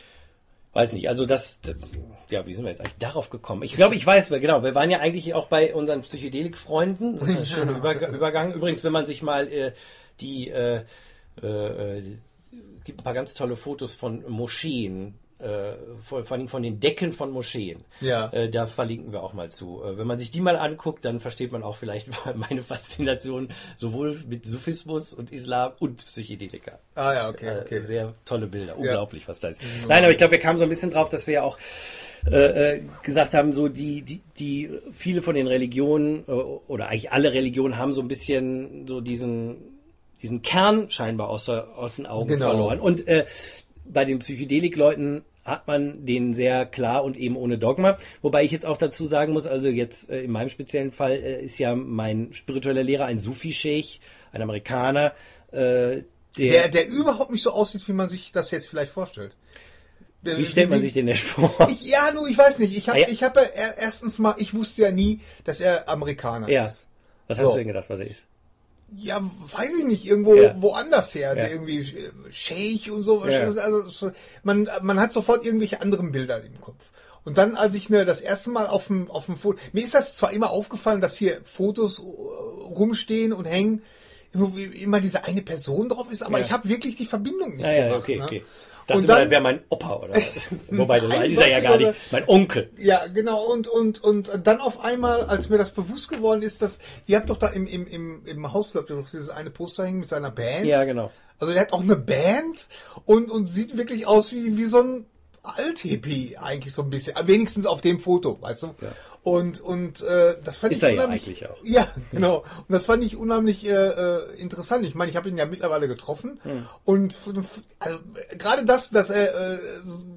Weiß nicht, also das, das, ja, wie sind wir jetzt eigentlich darauf gekommen? Ich glaube, ich weiß, genau, wir waren ja eigentlich auch bei unseren Psychedelik-Freunden, das ist ein schöner Über- Übergang. Übrigens, wenn man sich mal äh, die, äh, äh, gibt ein paar ganz tolle Fotos von Moscheen, äh, vor, vor allem von den Decken von Moscheen. Ja. Äh, da verlinken wir auch mal zu. Äh, wenn man sich die mal anguckt, dann versteht man auch vielleicht meine Faszination sowohl mit Sufismus und Islam und Psychedelika. Ah ja, okay, okay. Äh, sehr tolle Bilder, unglaublich, ja. was da ist. Mhm. Nein, aber ich glaube, wir kamen so ein bisschen drauf, dass wir ja auch äh, gesagt haben, so die, die, die viele von den Religionen äh, oder eigentlich alle Religionen haben so ein bisschen so diesen, diesen Kern scheinbar aus, aus den Augen genau. verloren. Und äh, bei den Psychedelik-Leuten hat man den sehr klar und eben ohne Dogma. Wobei ich jetzt auch dazu sagen muss, also jetzt äh, in meinem speziellen Fall äh, ist ja mein spiritueller Lehrer ein Sufi-Sheikh, ein Amerikaner, äh, der, der, der überhaupt nicht so aussieht, wie man sich das jetzt vielleicht vorstellt. Wie stellt man sich den nicht vor? Ich, ja, nur, ich weiß nicht. Ich habe ah, ja. ich hab ja erstens mal, ich wusste ja nie, dass er Amerikaner ja. ist. Was hast so. du denn gedacht, was er ist? Ja, weiß ich nicht, irgendwo ja. woanders her, ja. der irgendwie Scheich und so. Ja. Also, man, man hat sofort irgendwelche anderen Bilder im Kopf. Und dann, als ich ne, das erste Mal auf dem, auf dem Foto, mir ist das zwar immer aufgefallen, dass hier Fotos rumstehen und hängen, wo immer diese eine Person drauf ist, aber ja. ich habe wirklich die Verbindung nicht ah, ja, gemacht. Okay, ne? okay. Das wäre mein Opa oder was? Wobei, das ist er ja gar nicht. Mein Onkel. Ja, genau. Und, und, und dann auf einmal, als mir das bewusst geworden ist, dass, ihr habt doch da im, im, im, im Hausclub doch dieses eine Poster hängen mit seiner Band. Ja, genau. Also der hat auch eine Band und, und sieht wirklich aus wie, wie so ein Alt-Hippie eigentlich so ein bisschen. Wenigstens auf dem Foto, weißt du? Ja. Und, und äh, das fand ist ich er unheimlich, ja eigentlich auch. Ja, genau. Und das fand ich unheimlich äh, interessant. Ich meine, ich habe ihn ja mittlerweile getroffen hm. und also, gerade das, dass er äh,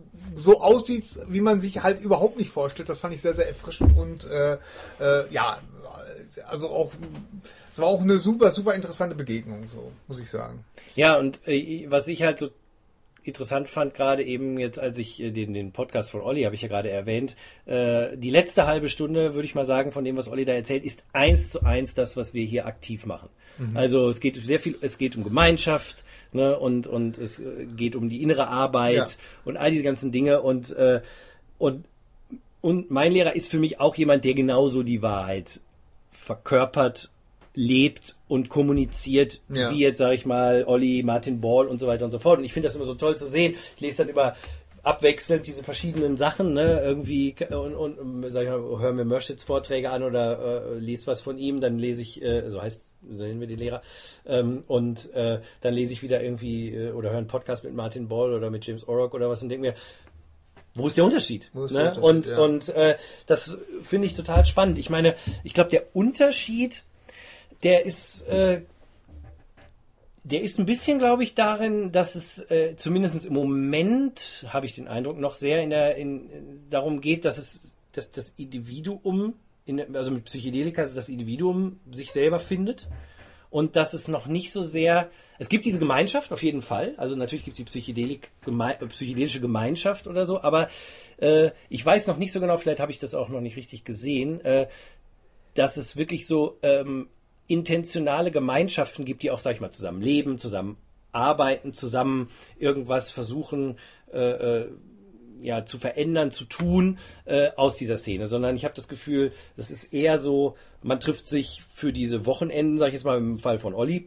so aussieht, wie man sich halt überhaupt nicht vorstellt, das fand ich sehr, sehr erfrischend und äh, äh, ja, also auch es war auch eine super, super interessante Begegnung, so muss ich sagen. Ja, und äh, was ich halt so interessant fand, gerade eben jetzt, als ich den, den Podcast von Olli, habe ich ja gerade erwähnt, äh, die letzte halbe Stunde, würde ich mal sagen, von dem, was Olli da erzählt, ist eins zu eins das, was wir hier aktiv machen. Mhm. Also es geht sehr viel, es geht um Gemeinschaft, ne, und, und es geht um die innere Arbeit ja. und all diese ganzen Dinge und, äh, und, und mein Lehrer ist für mich auch jemand, der genauso die Wahrheit verkörpert, lebt und kommuniziert, ja. wie jetzt, sage ich mal, Olli, Martin Ball und so weiter und so fort. Und ich finde das immer so toll zu sehen. Ich lese dann über abwechselnd diese verschiedenen Sachen, ne, irgendwie und, und sag ich mal, hören mir Mörschitz Vorträge an oder äh, lese was von ihm, dann lese ich, äh, so heißt, so nennen wir die Lehrer, ähm, und äh, dann lese ich wieder irgendwie äh, oder höre einen Podcast mit Martin Ball oder mit James Orrock oder was und denke mir, wo ist der Unterschied? Wo ist ne? der Unterschied? Und, ja. und äh, das finde ich total spannend. Ich meine, ich glaube, der Unterschied Der ist, äh, der ist ein bisschen, glaube ich, darin, dass es äh, zumindest im Moment, habe ich den Eindruck, noch sehr in der, in, darum geht, dass es, dass das Individuum, in, also mit Psychedelika, also das Individuum sich selber findet und dass es noch nicht so sehr, es gibt diese Gemeinschaft auf jeden Fall, also natürlich gibt es die Psychedelik, geme, psychedelische Gemeinschaft oder so, aber äh, ich weiß noch nicht so genau, vielleicht habe ich das auch noch nicht richtig gesehen, äh, dass es wirklich so ähm, intentionale Gemeinschaften gibt, die auch, sag ich mal, zusammen leben, zusammen arbeiten, zusammen irgendwas versuchen äh, äh, ja, zu verändern, zu tun äh, aus dieser Szene, sondern ich habe das Gefühl, das ist eher so, man trifft sich für diese Wochenenden, sag ich jetzt mal im Fall von Olli,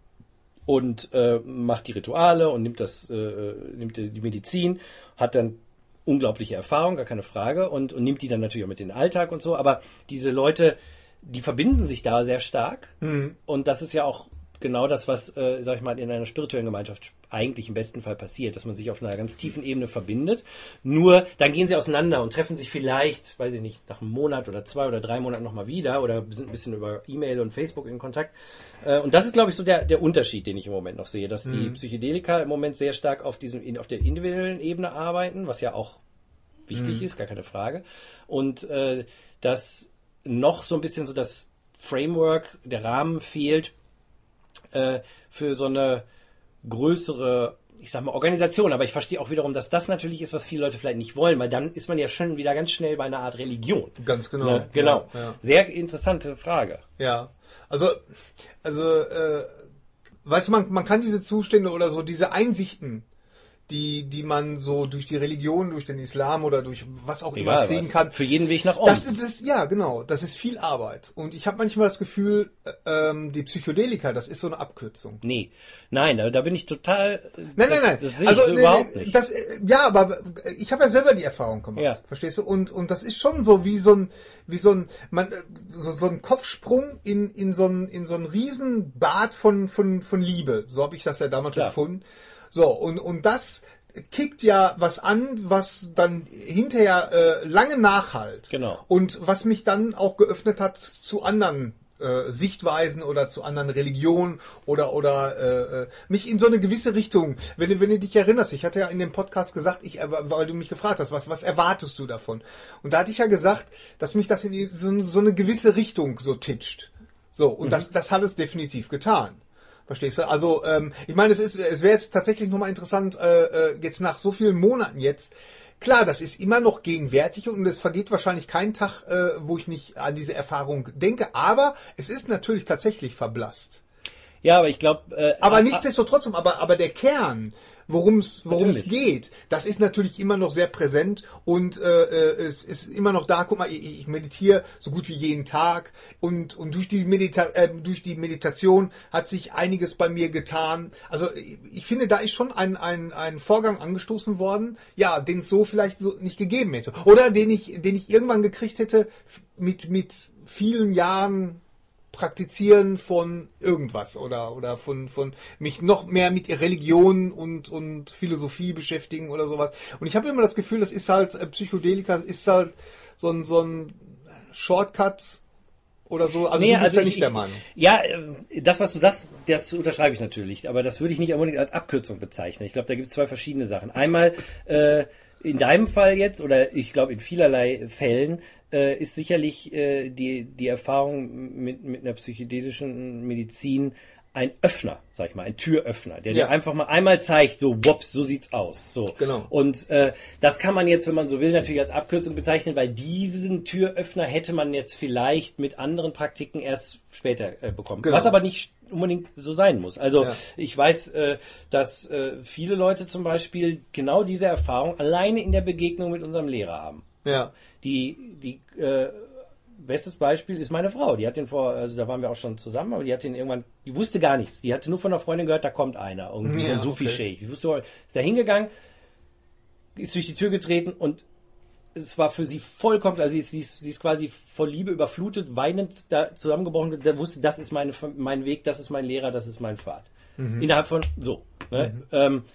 und äh, macht die Rituale und nimmt das, äh, nimmt die Medizin, hat dann unglaubliche Erfahrung, gar keine Frage, und, und nimmt die dann natürlich auch mit in den Alltag und so, aber diese Leute, die verbinden sich da sehr stark. Mhm. Und das ist ja auch genau das, was, äh, sag ich mal, in einer spirituellen Gemeinschaft eigentlich im besten Fall passiert, dass man sich auf einer ganz tiefen Ebene verbindet. Nur, dann gehen sie auseinander und treffen sich vielleicht, weiß ich nicht, nach einem Monat oder zwei oder drei Monaten nochmal wieder oder sind ein bisschen über E-Mail und Facebook in Kontakt. Äh, und das ist, glaube ich, so der, der Unterschied, den ich im Moment noch sehe, dass mhm. die Psychedelika im Moment sehr stark auf diesem, auf der individuellen Ebene arbeiten, was ja auch wichtig mhm. ist, gar keine Frage. Und äh, dass noch so ein bisschen so das Framework, der Rahmen fehlt äh, für so eine größere, ich sag mal, Organisation. Aber ich verstehe auch wiederum, dass das natürlich ist, was viele Leute vielleicht nicht wollen, weil dann ist man ja schon wieder ganz schnell bei einer Art Religion. Ganz genau. Ne? Genau. Ja, ja. Sehr interessante Frage. Ja, also, also, äh, weißt du, man, man kann diese Zustände oder so, diese Einsichten, die, die man so durch die Religion, durch den Islam oder durch was auch Egal, immer kriegen was. kann. Für jeden Weg nach oben. Das ist es, ja, genau. Das ist viel Arbeit. Und ich habe manchmal das Gefühl, ähm, die Psychedelika, das ist so eine Abkürzung. Nee. Nein, da, da bin ich total. Nein, nein, nein. Das sehe also, ich so nee, überhaupt nicht. Das, ja, aber ich habe ja selber die Erfahrung gemacht. Ja. Verstehst du? Und, und das ist schon so wie so ein, wie so ein, man, so, so ein Kopfsprung in, in so ein, in so ein Riesenbad von, von, von Liebe. So habe ich das ja damals Klar. empfunden. So, und, und das kickt ja was an, was dann hinterher äh, lange nachhalt. Genau. Und was mich dann auch geöffnet hat zu anderen äh, Sichtweisen oder zu anderen Religionen oder oder äh, mich in so eine gewisse Richtung. Wenn du wenn du dich erinnerst, ich hatte ja in dem Podcast gesagt, ich weil du mich gefragt hast, was was erwartest du davon? Und da hatte ich ja gesagt, dass mich das in so, so eine gewisse Richtung so titscht. So, und mhm. das das hat es definitiv getan. Verstehst du? Also ähm, ich meine, es ist, es wäre jetzt tatsächlich nochmal interessant, äh, äh, jetzt nach so vielen Monaten jetzt, klar, das ist immer noch gegenwärtig und es vergeht wahrscheinlich kein Tag, äh, wo ich nicht an diese Erfahrung denke, aber es ist natürlich tatsächlich verblasst. Ja, aber ich glaube... Äh, aber nichtsdestotrotz, aber, aber der Kern, worum es worum es geht, das ist natürlich immer noch sehr präsent und äh, es ist immer noch da. Guck mal, ich, ich meditiere so gut wie jeden Tag und und durch die Medita äh, durch die Meditation hat sich einiges bei mir getan. Also ich finde, da ist schon ein ein ein Vorgang angestoßen worden, ja, den es so vielleicht so nicht gegeben hätte oder den ich den ich irgendwann gekriegt hätte mit mit vielen Jahren Praktizieren von irgendwas oder oder von von mich noch mehr mit Religion und und Philosophie beschäftigen oder sowas. Und ich habe immer das Gefühl, das ist halt äh, Psychedelika ist halt so ein so ein Shortcut oder so. Also nee, du bist also ja nicht ich, der Meinung. Ja, das, was du sagst, das unterschreibe ich natürlich. Aber das würde ich nicht unbedingt als Abkürzung bezeichnen. Ich glaube, da gibt es zwei verschiedene Sachen. Einmal äh, in deinem Fall jetzt oder ich glaube in vielerlei Fällen äh, ist sicherlich äh, die, die Erfahrung mit, mit einer psychedelischen Medizin ein Öffner, sag ich mal, ein Türöffner, der Ja. dir einfach mal einmal zeigt, so, wups, so sieht's aus. So. Genau. Und äh, das kann man jetzt, wenn man so will, natürlich als Abkürzung bezeichnen, weil diesen Türöffner hätte man jetzt vielleicht mit anderen Praktiken erst später äh, bekommen. Genau. Was aber nicht unbedingt so sein muss. Also Ja. ich weiß, äh, dass äh, viele Leute zum Beispiel genau diese Erfahrung alleine in der Begegnung mit unserem Lehrer haben. Ja. Die, die äh, bestes Beispiel ist meine Frau. Die hat den vor, also da waren wir auch schon zusammen, aber die hat den irgendwann, die wusste gar nichts. Die hatte nur von einer Freundin gehört, da kommt einer, irgendwie Ja, so ein Sufi-Sheikh. okay. Sie wusste, ist da hingegangen, ist durch die Tür getreten und es war für sie vollkommen, also sie ist, sie ist, sie ist quasi vor Liebe überflutet, weinend da zusammengebrochen, da wusste, das ist meine, mein Weg, das ist mein Lehrer, das ist mein Pfad. Mhm. Innerhalb von, so. Ne? Mhm. Ähm,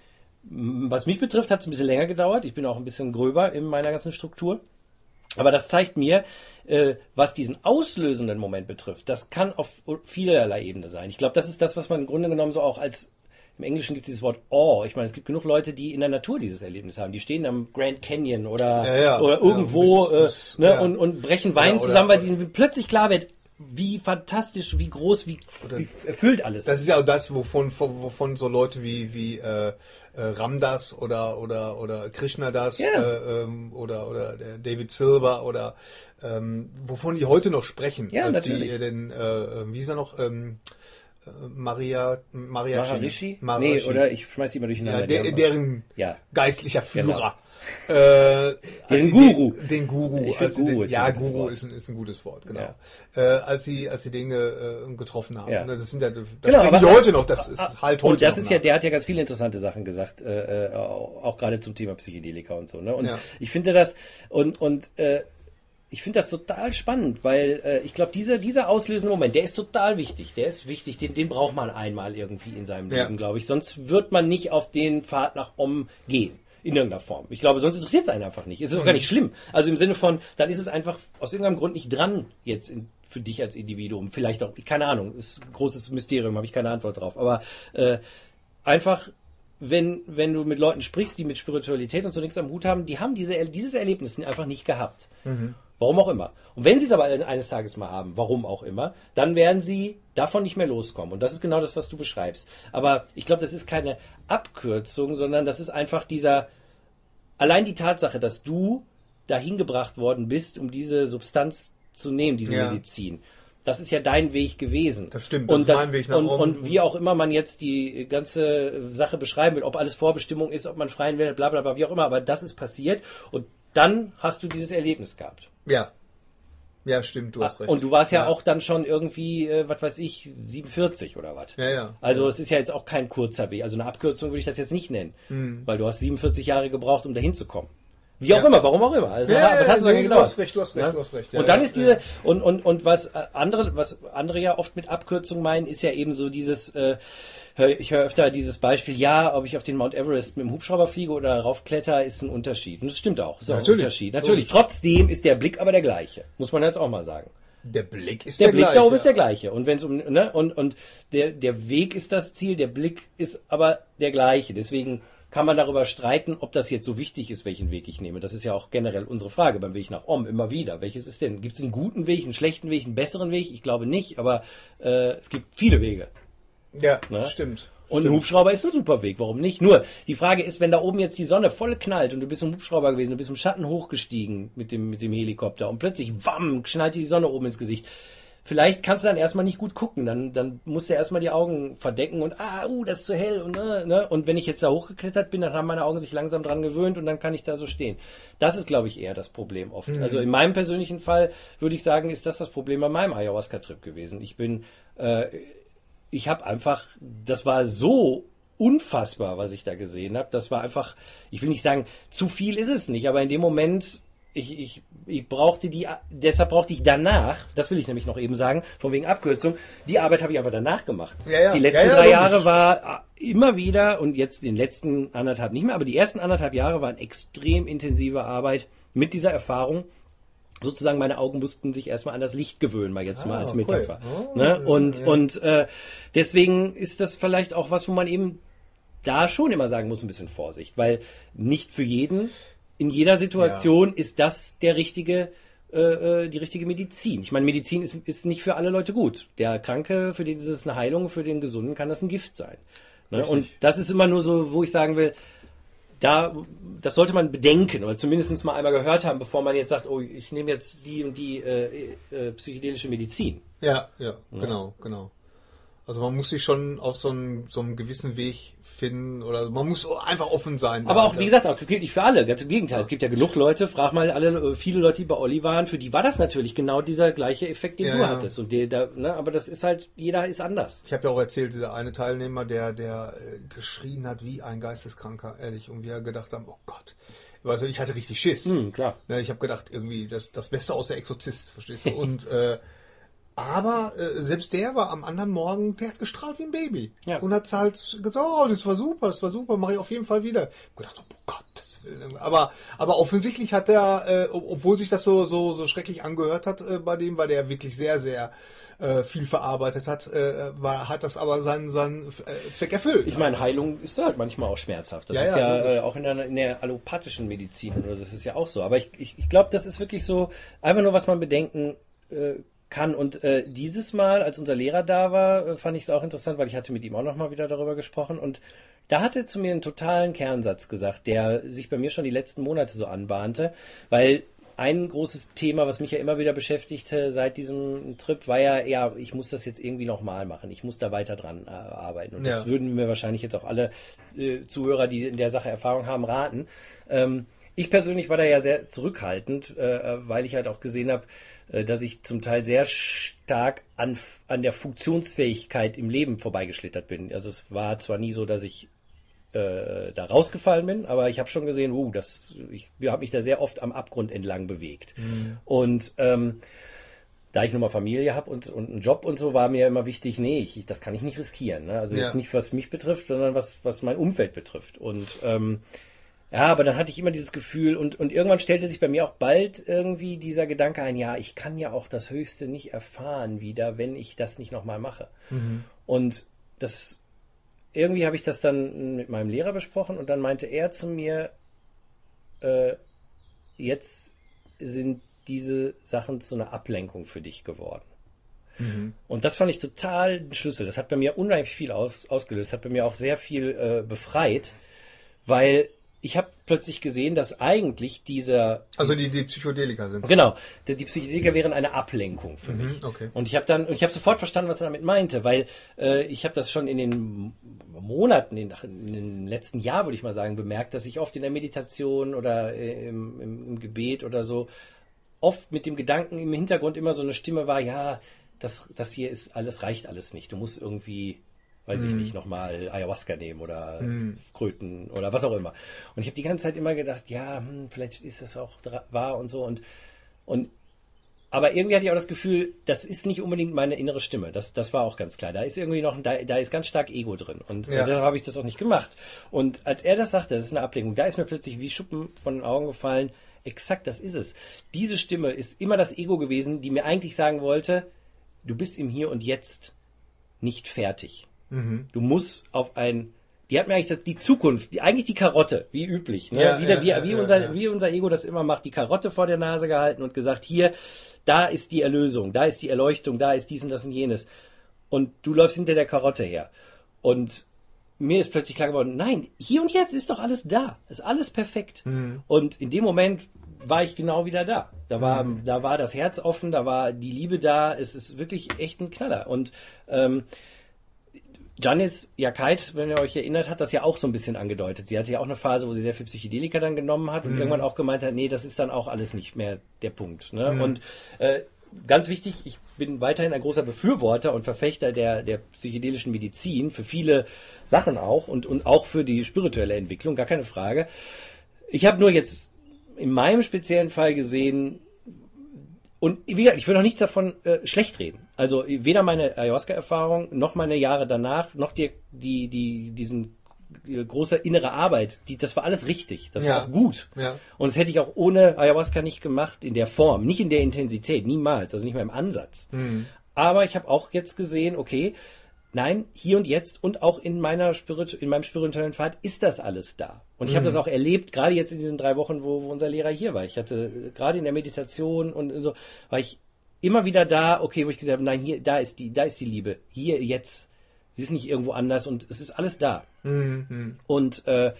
was mich betrifft, hat es ein bisschen länger gedauert. Ich bin auch ein bisschen gröber in meiner ganzen Struktur. Aber das zeigt mir, äh, was diesen auslösenden Moment betrifft, das kann auf vielerlei Ebene sein. Ich glaube, das ist das, was man im Grunde genommen so auch als, im Englischen gibt es dieses Wort Awe. Ich meine, es gibt genug Leute, die in der Natur dieses Erlebnis haben. Die stehen am Grand Canyon oder, ja, ja. oder irgendwo ja, bis, bis, äh, ne, ja. und, und brechen Wein oder, zusammen, oder, weil ihnen plötzlich klar wird, wie fantastisch, wie groß, wie, wie erfüllt alles. Das ist ja auch das, wovon, wovon so Leute wie, wie äh, äh, Ramdas oder oder oder Krishna das Ja. äh, ähm, oder oder der David Silver oder ähm, wovon die heute noch sprechen, Ja, als natürlich. sie äh, den äh, wie ist er noch ähm, äh, Maria Maria Maharishi? Maharishi. Nee, oder ich schmeiß die mal durcheinander. Ja, Die der, haben- deren Ja. geistlicher Führer. Genau. Äh, als Den sie Guru. Den, den Guru. Ich find Als sie Guru den, ist ein ja, gutes Guru Wort. ist ein, ist ein gutes Wort, genau. Ja. Äh, als sie, als sie Dinge äh, getroffen haben. Ja. Ne, das sind ja, das Genau, sprechen aber- die heute noch, das ist halt heute Und das noch ist ja, nach. der hat ja ganz viele interessante Sachen gesagt, äh, äh, auch, auch gerade zum Thema Psychedelika und so. Ne? Und Ja. ich finde das und und äh, ich finde das total spannend, weil äh, ich glaube, dieser dieser auslösende Moment, der ist total wichtig. Der ist wichtig, den den braucht man einmal irgendwie in seinem Ja. Leben, glaube ich. Sonst wird man nicht auf den Pfad nach Om gehen. In irgendeiner Form. Ich glaube, sonst interessiert es einen einfach nicht. Es ist auch gar nicht schlimm. Also im Sinne von, dann ist es einfach aus irgendeinem Grund nicht dran jetzt in, für dich als Individuum. Vielleicht auch, keine Ahnung, ist ein großes Mysterium, habe ich keine Antwort drauf. Aber äh, einfach, wenn, wenn du mit Leuten sprichst, die mit Spiritualität und so nichts am Hut haben, die haben diese, dieses Erlebnis einfach nicht gehabt. Mhm. Warum auch immer. Und wenn sie es aber eines Tages mal haben, warum auch immer, dann werden sie davon nicht mehr loskommen. Und das ist genau das, was du beschreibst. Aber ich glaube, das ist keine Abkürzung, sondern das ist einfach dieser, allein die Tatsache, dass du dahin gebracht worden bist, um diese Substanz zu nehmen, diese Ja. Medizin. Das ist ja dein Weg gewesen. Das stimmt, das und ist mein Weg nach und, oben. und wie auch immer man jetzt die ganze Sache beschreiben will, ob alles Vorbestimmung ist, ob man freien Wille, bla bla bla, wie auch immer, aber das ist passiert und dann hast du dieses Erlebnis gehabt. Ja. Ja, stimmt, du hast recht. Und du warst ja, ja auch dann schon irgendwie, äh, was weiß ich, siebenundvierzig oder was. Ja, ja. Also ja. es ist ja jetzt auch kein kurzer Weg. Also eine Abkürzung würde ich das jetzt nicht nennen. Mhm. Weil du hast siebenundvierzig Jahre gebraucht, um dahin zu kommen. Wie auch Ja. immer, warum auch immer. Also, Ja, ja, was hat so nee, lange du gedauert? hast recht, du hast recht, Ja? du hast recht. Ja, und dann ja, ist diese, ja. und, und, und was äh, andere, was andere ja oft mit Abkürzung meinen, ist ja eben so dieses, äh, hör- ich höre öfter dieses Beispiel, ja, ob ich auf den Mount Everest mit dem Hubschrauber fliege oder raufkletter, ist ein Unterschied. Und das stimmt auch, ist auch ein Natürlich. Unterschied. Natürlich, Logisch. trotzdem ist der Blick aber der gleiche. Muss man jetzt auch mal sagen. Der Blick ist Der, der, Blick gleiche. da oben ist der gleiche. Und wenn es um, ne, und, und der, der Weg ist das Ziel, der Blick ist aber der gleiche. Deswegen kann man darüber streiten, ob das jetzt so wichtig ist, welchen Weg ich nehme. Das ist ja auch generell unsere Frage beim Weg nach Om immer wieder. Welches ist denn? Gibt es einen guten Weg, einen schlechten Weg, einen besseren Weg? Ich glaube nicht, aber äh, es gibt viele Wege. Ja, ne? stimmt. Und ein Hubschrauber ist ein super Weg, warum nicht? Nur, die Frage ist, wenn da oben jetzt die Sonne voll knallt und du bist im Hubschrauber gewesen, du bist im Schatten hochgestiegen mit dem, mit dem Helikopter und plötzlich, wam, knallt dir die Sonne oben ins Gesicht. Vielleicht kannst du dann erstmal nicht gut gucken, dann, dann musst du erstmal die Augen verdecken und, ah, uh, das ist zu hell und, äh, ne? Und wenn ich jetzt da hochgeklettert bin, dann haben meine Augen sich langsam dran gewöhnt und dann kann ich da so stehen. Das ist, glaube ich, eher das Problem oft. Mhm. Also in meinem persönlichen Fall würde ich sagen, ist das das Problem bei meinem Ayahuasca-Trip gewesen. Ich bin, äh, ich habe einfach, das war so unfassbar, was ich da gesehen habe. Das war einfach, ich will nicht sagen, zu viel ist es nicht, aber in dem Moment, ich, ich, ich brauchte die, deshalb brauchte ich danach, das will ich nämlich noch eben sagen, von wegen Abkürzung, die Arbeit habe ich einfach danach gemacht. Ja, ja. Die letzten ja, ja, drei logisch. Jahre war immer wieder, und jetzt den letzten anderthalb nicht mehr, aber die ersten anderthalb Jahre waren extrem intensive Arbeit mit dieser Erfahrung. Sozusagen meine Augen mussten sich erstmal an das Licht gewöhnen, mal jetzt ah, mal als Metapher. Cool. Oh, ne? Und, ja. und äh, deswegen ist das vielleicht auch was, wo man eben da schon immer sagen muss, ein bisschen Vorsicht, weil nicht für jeden, in jeder Situation ja. ist das der richtige, äh, die richtige Medizin. Ich meine, Medizin ist, ist nicht für alle Leute gut. Der Kranke, für den ist es eine Heilung, für den Gesunden kann das ein Gift sein. Ne? Und das ist immer nur so, wo ich sagen will, da, das sollte man bedenken oder zumindest mal einmal gehört haben, bevor man jetzt sagt, oh, ich nehme jetzt die und die äh, äh, psychedelische Medizin. Ja, ja, ja, genau, genau. Also man muss sich schon auf so einem, so einem gewissen Weg finden oder man muss einfach offen sein. Aber auch, wie gesagt, auch das gilt nicht für alle. Ganz im Gegenteil. Ja. Es gibt ja genug Leute, frag mal alle, viele Leute, die bei Olli waren, für die war das natürlich genau dieser gleiche Effekt, den ja, du ja. hattest. Und der, der, ne, aber das ist halt, jeder ist anders. Ich habe ja auch erzählt, dieser eine Teilnehmer, der, der äh, geschrien hat wie ein Geisteskranker, ehrlich, und wir gedacht haben, oh Gott. Also ich hatte richtig Schiss. Hm, klar. Ne, ich habe gedacht, irgendwie das, das Beste aus der Exorzist, verstehst du? Und äh, aber äh, selbst der war am anderen Morgen, der hat gestrahlt wie ein Baby. Ja. Und hat halt gesagt, oh, das war super, das war super, mache ich auf jeden Fall wieder. Ich gedacht, so, oh Gott, aber aber offensichtlich hat er, äh, obwohl sich das so so so schrecklich angehört hat äh, bei dem, weil der wirklich sehr sehr äh, viel verarbeitet hat, äh, war, hat das aber seinen seinen äh, Zweck erfüllt. Ich meine, Heilung ist halt manchmal auch schmerzhaft. Das ja, ist ja, ja äh, auch in der, in der allopathischen Medizin oder das ist ja auch so. Aber ich ich, ich glaube, das ist wirklich so einfach nur, was man bedenken äh, kann. Und äh, dieses Mal, als unser Lehrer da war, äh, fand ich es auch interessant, weil ich hatte mit ihm auch nochmal wieder darüber gesprochen und da hat er zu mir einen totalen Kernsatz gesagt, der sich bei mir schon die letzten Monate so anbahnte, weil ein großes Thema, was mich ja immer wieder beschäftigte seit diesem Trip, war ja, ja, ich muss das jetzt irgendwie nochmal machen, ich muss da weiter dran äh, arbeiten und ja. das würden mir wahrscheinlich jetzt auch alle äh, Zuhörer, die in der Sache Erfahrung haben, raten. Ähm, ich persönlich war da ja sehr zurückhaltend, äh, weil ich halt auch gesehen habe, dass ich zum Teil sehr stark an, an der Funktionsfähigkeit im Leben vorbeigeschlittert bin. Also es war zwar nie so, dass ich äh, da rausgefallen bin, aber ich habe schon gesehen, uh, das, ich, ich habe mich da sehr oft am Abgrund entlang bewegt. Mhm. Und ähm, da ich nun mal Familie habe und, und einen Job und so, war mir immer wichtig, nee, ich, das kann ich nicht riskieren. Ne? Also ja. jetzt nicht, was mich betrifft, sondern was, was mein Umfeld betrifft. Und ähm, ja, aber dann hatte ich immer dieses Gefühl und, und irgendwann stellte sich bei mir auch bald irgendwie dieser Gedanke ein, ja, ich kann ja auch das Höchste nicht erfahren wieder, wenn ich das nicht nochmal mache. Mhm. Und das, irgendwie habe ich das dann mit meinem Lehrer besprochen und dann meinte er zu mir, äh, jetzt sind diese Sachen zu einer Ablenkung für dich geworden. Mhm. Und das fand ich total ein Schlüssel. Das hat bei mir unheimlich viel aus, ausgelöst, hat bei mir auch sehr viel äh, befreit, weil ich habe plötzlich gesehen, dass eigentlich dieser... Also die, die Psychedelika sind. Genau, die, die Psychedelika wären eine Ablenkung für mhm, mich. Okay. Und ich habe dann, ich habe sofort verstanden, was er damit meinte, weil äh, ich habe das schon in den Monaten, in, in dem letzten Jahr, würde ich mal sagen, bemerkt, dass ich oft in der Meditation oder äh, im, im, im Gebet oder so oft mit dem Gedanken im Hintergrund immer so eine Stimme war, ja, das, das hier ist alles, reicht alles nicht. Du musst irgendwie... weiß ich nicht, nochmal Ayahuasca nehmen oder mm. Kröten oder was auch immer. Und ich habe die ganze Zeit immer gedacht, ja, hm, vielleicht ist das auch dra- wahr und so. Und, und aber irgendwie hatte ich auch das Gefühl, das ist nicht unbedingt meine innere Stimme. Das, das war auch ganz klar. Da ist irgendwie noch, da, da ist ganz stark Ego drin. Und ja. deshalb habe ich das auch nicht gemacht. Und als er das sagte, das ist eine Ablenkung, da ist mir plötzlich wie Schuppen von den Augen gefallen, exakt, das ist es. Diese Stimme ist immer das Ego gewesen, die mir eigentlich sagen wollte, du bist im Hier und Jetzt nicht fertig. Mhm. Du musst auf ein, die hat mir eigentlich das, die Zukunft, die, eigentlich die Karotte, wie üblich, ne? Ja, Wieder, ja, wie, ja, wie, ja, unser, ja. wie unser Ego das immer macht, die Karotte vor der Nase gehalten und gesagt, hier, da ist die Erlösung, da ist die Erleuchtung, da ist dies und das und jenes. und du läufst hinter der Karotte her. Und mir ist plötzlich klar geworden, nein, hier und jetzt ist doch alles da. Ist alles perfekt. Mhm. Und in dem Moment war ich genau wieder da. Da war, mhm. da war das Herz offen, da war die Liebe da. Es ist wirklich echt ein Knaller. Und ähm, Janis Jakait, wenn ihr euch erinnert, hat das ja auch so ein bisschen angedeutet. Sie hatte ja auch eine Phase, wo sie sehr viel Psychedelika dann genommen hat und mhm. irgendwann auch gemeint hat, nee, das ist dann auch alles nicht mehr der Punkt. Ne? Mhm. Und äh, ganz wichtig, ich bin weiterhin ein großer Befürworter und Verfechter der, der psychedelischen Medizin, für viele Sachen auch und, und auch für die spirituelle Entwicklung, gar keine Frage. Ich habe nur jetzt in meinem speziellen Fall gesehen, und wie gesagt, ich will noch nichts davon äh, schlecht reden. Also weder meine Ayahuasca-Erfahrung, noch meine Jahre danach, noch die, die, die, diesen äh, große innere Arbeit, die, das war alles richtig. Das ja. war auch gut. Ja. Und das hätte ich auch ohne Ayahuasca nicht gemacht, in der Form, nicht in der Intensität, niemals, also nicht mehr im Ansatz. Mhm. Aber ich habe auch jetzt gesehen, okay, nein, hier und jetzt und auch in meiner Spirit, in meinem spirituellen Pfad ist das alles da. Und ich mhm. habe das auch erlebt, gerade jetzt in diesen drei Wochen, wo, wo unser Lehrer hier war. Ich hatte gerade in der Meditation und so, war ich immer wieder da, okay, wo ich gesagt habe, nein, hier, da ist die, da ist die Liebe. Hier, jetzt. Sie ist nicht irgendwo anders und es ist alles da. Mhm. Und äh,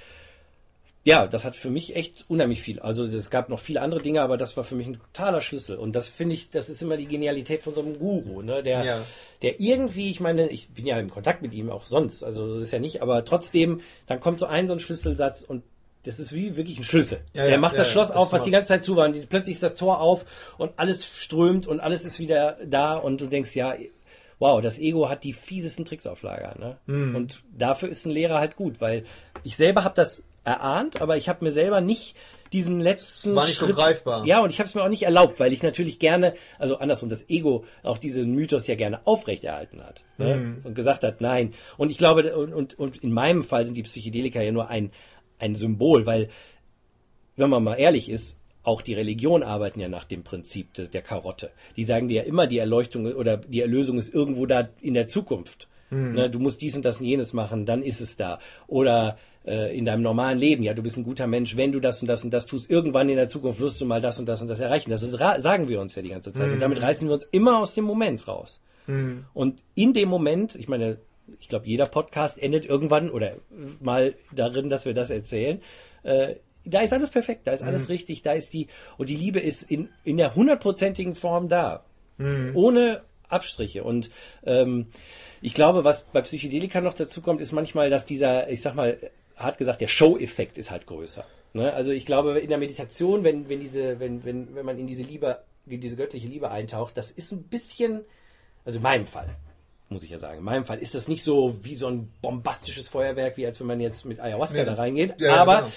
ja, das hat für mich echt unheimlich viel. Also es gab noch viele andere Dinge, aber das war für mich ein totaler Schlüssel. Und das finde ich, das ist immer die Genialität von so einem Guru, ne? Der, ja. der irgendwie, ich meine, ich bin ja im Kontakt mit ihm auch sonst, also das ist ja nicht, aber trotzdem, dann kommt so ein so ein Schlüsselsatz und das ist wie wirklich ein Schlüssel. Ja, er macht ja, das Schloss ja, auf, das was die ganze Zeit zu war. Und plötzlich ist das Tor auf und alles strömt und alles ist wieder da und du denkst, ja, wow, das Ego hat die fiesesten Tricks auf Lager. Ne? Mhm. Und dafür ist ein Lehrer halt gut, weil ich selber habe das erahnt, aber ich habe mir selber nicht diesen letzten das war nicht Schritt, so greifbar. Ja, und ich habe es mir auch nicht erlaubt, weil ich natürlich gerne, also andersrum, das Ego auch diesen Mythos ja gerne aufrechterhalten hat. Ne? Mhm. Und gesagt hat, nein. Und ich glaube, und, und, und in meinem Fall sind die Psychedelika ja nur ein, ein Symbol, weil, wenn man mal ehrlich ist, auch die Religionen arbeiten ja nach dem Prinzip de, der Karotte. Die sagen dir ja immer, die Erleuchtung oder die Erlösung ist irgendwo da in der Zukunft. Mhm. Ne, du musst dies und das und jenes machen, dann ist es da. Oder äh, in deinem normalen Leben, ja, du bist ein guter Mensch, wenn du das und das und das tust, irgendwann in der Zukunft wirst du mal das und das und das erreichen. Das ist, sagen wir uns ja die ganze Zeit. Mhm. Und damit reißen wir uns immer aus dem Moment raus. Mhm. Und in dem Moment, ich meine, ich glaube, jeder Podcast endet irgendwann oder mal darin, dass wir das erzählen. Äh, da ist alles perfekt, da ist alles mhm. richtig, da ist die, und die Liebe ist in, in der hundertprozentigen Form da. Mhm. Ohne Abstriche. Und ähm, ich glaube, was bei Psychedelika noch dazu kommt, ist manchmal, dass dieser, ich sag mal, hart gesagt, der Show-Effekt ist halt größer. Ne? Also ich glaube, in der Meditation, wenn, wenn diese, wenn, wenn, wenn man in diese Liebe, in diese göttliche Liebe eintaucht, das ist ein bisschen, also in meinem Fall, muss ich ja sagen. In meinem Fall ist das nicht so wie so ein bombastisches Feuerwerk, wie als wenn man jetzt mit Ayahuasca ja. da reingeht. Ja, aber genau.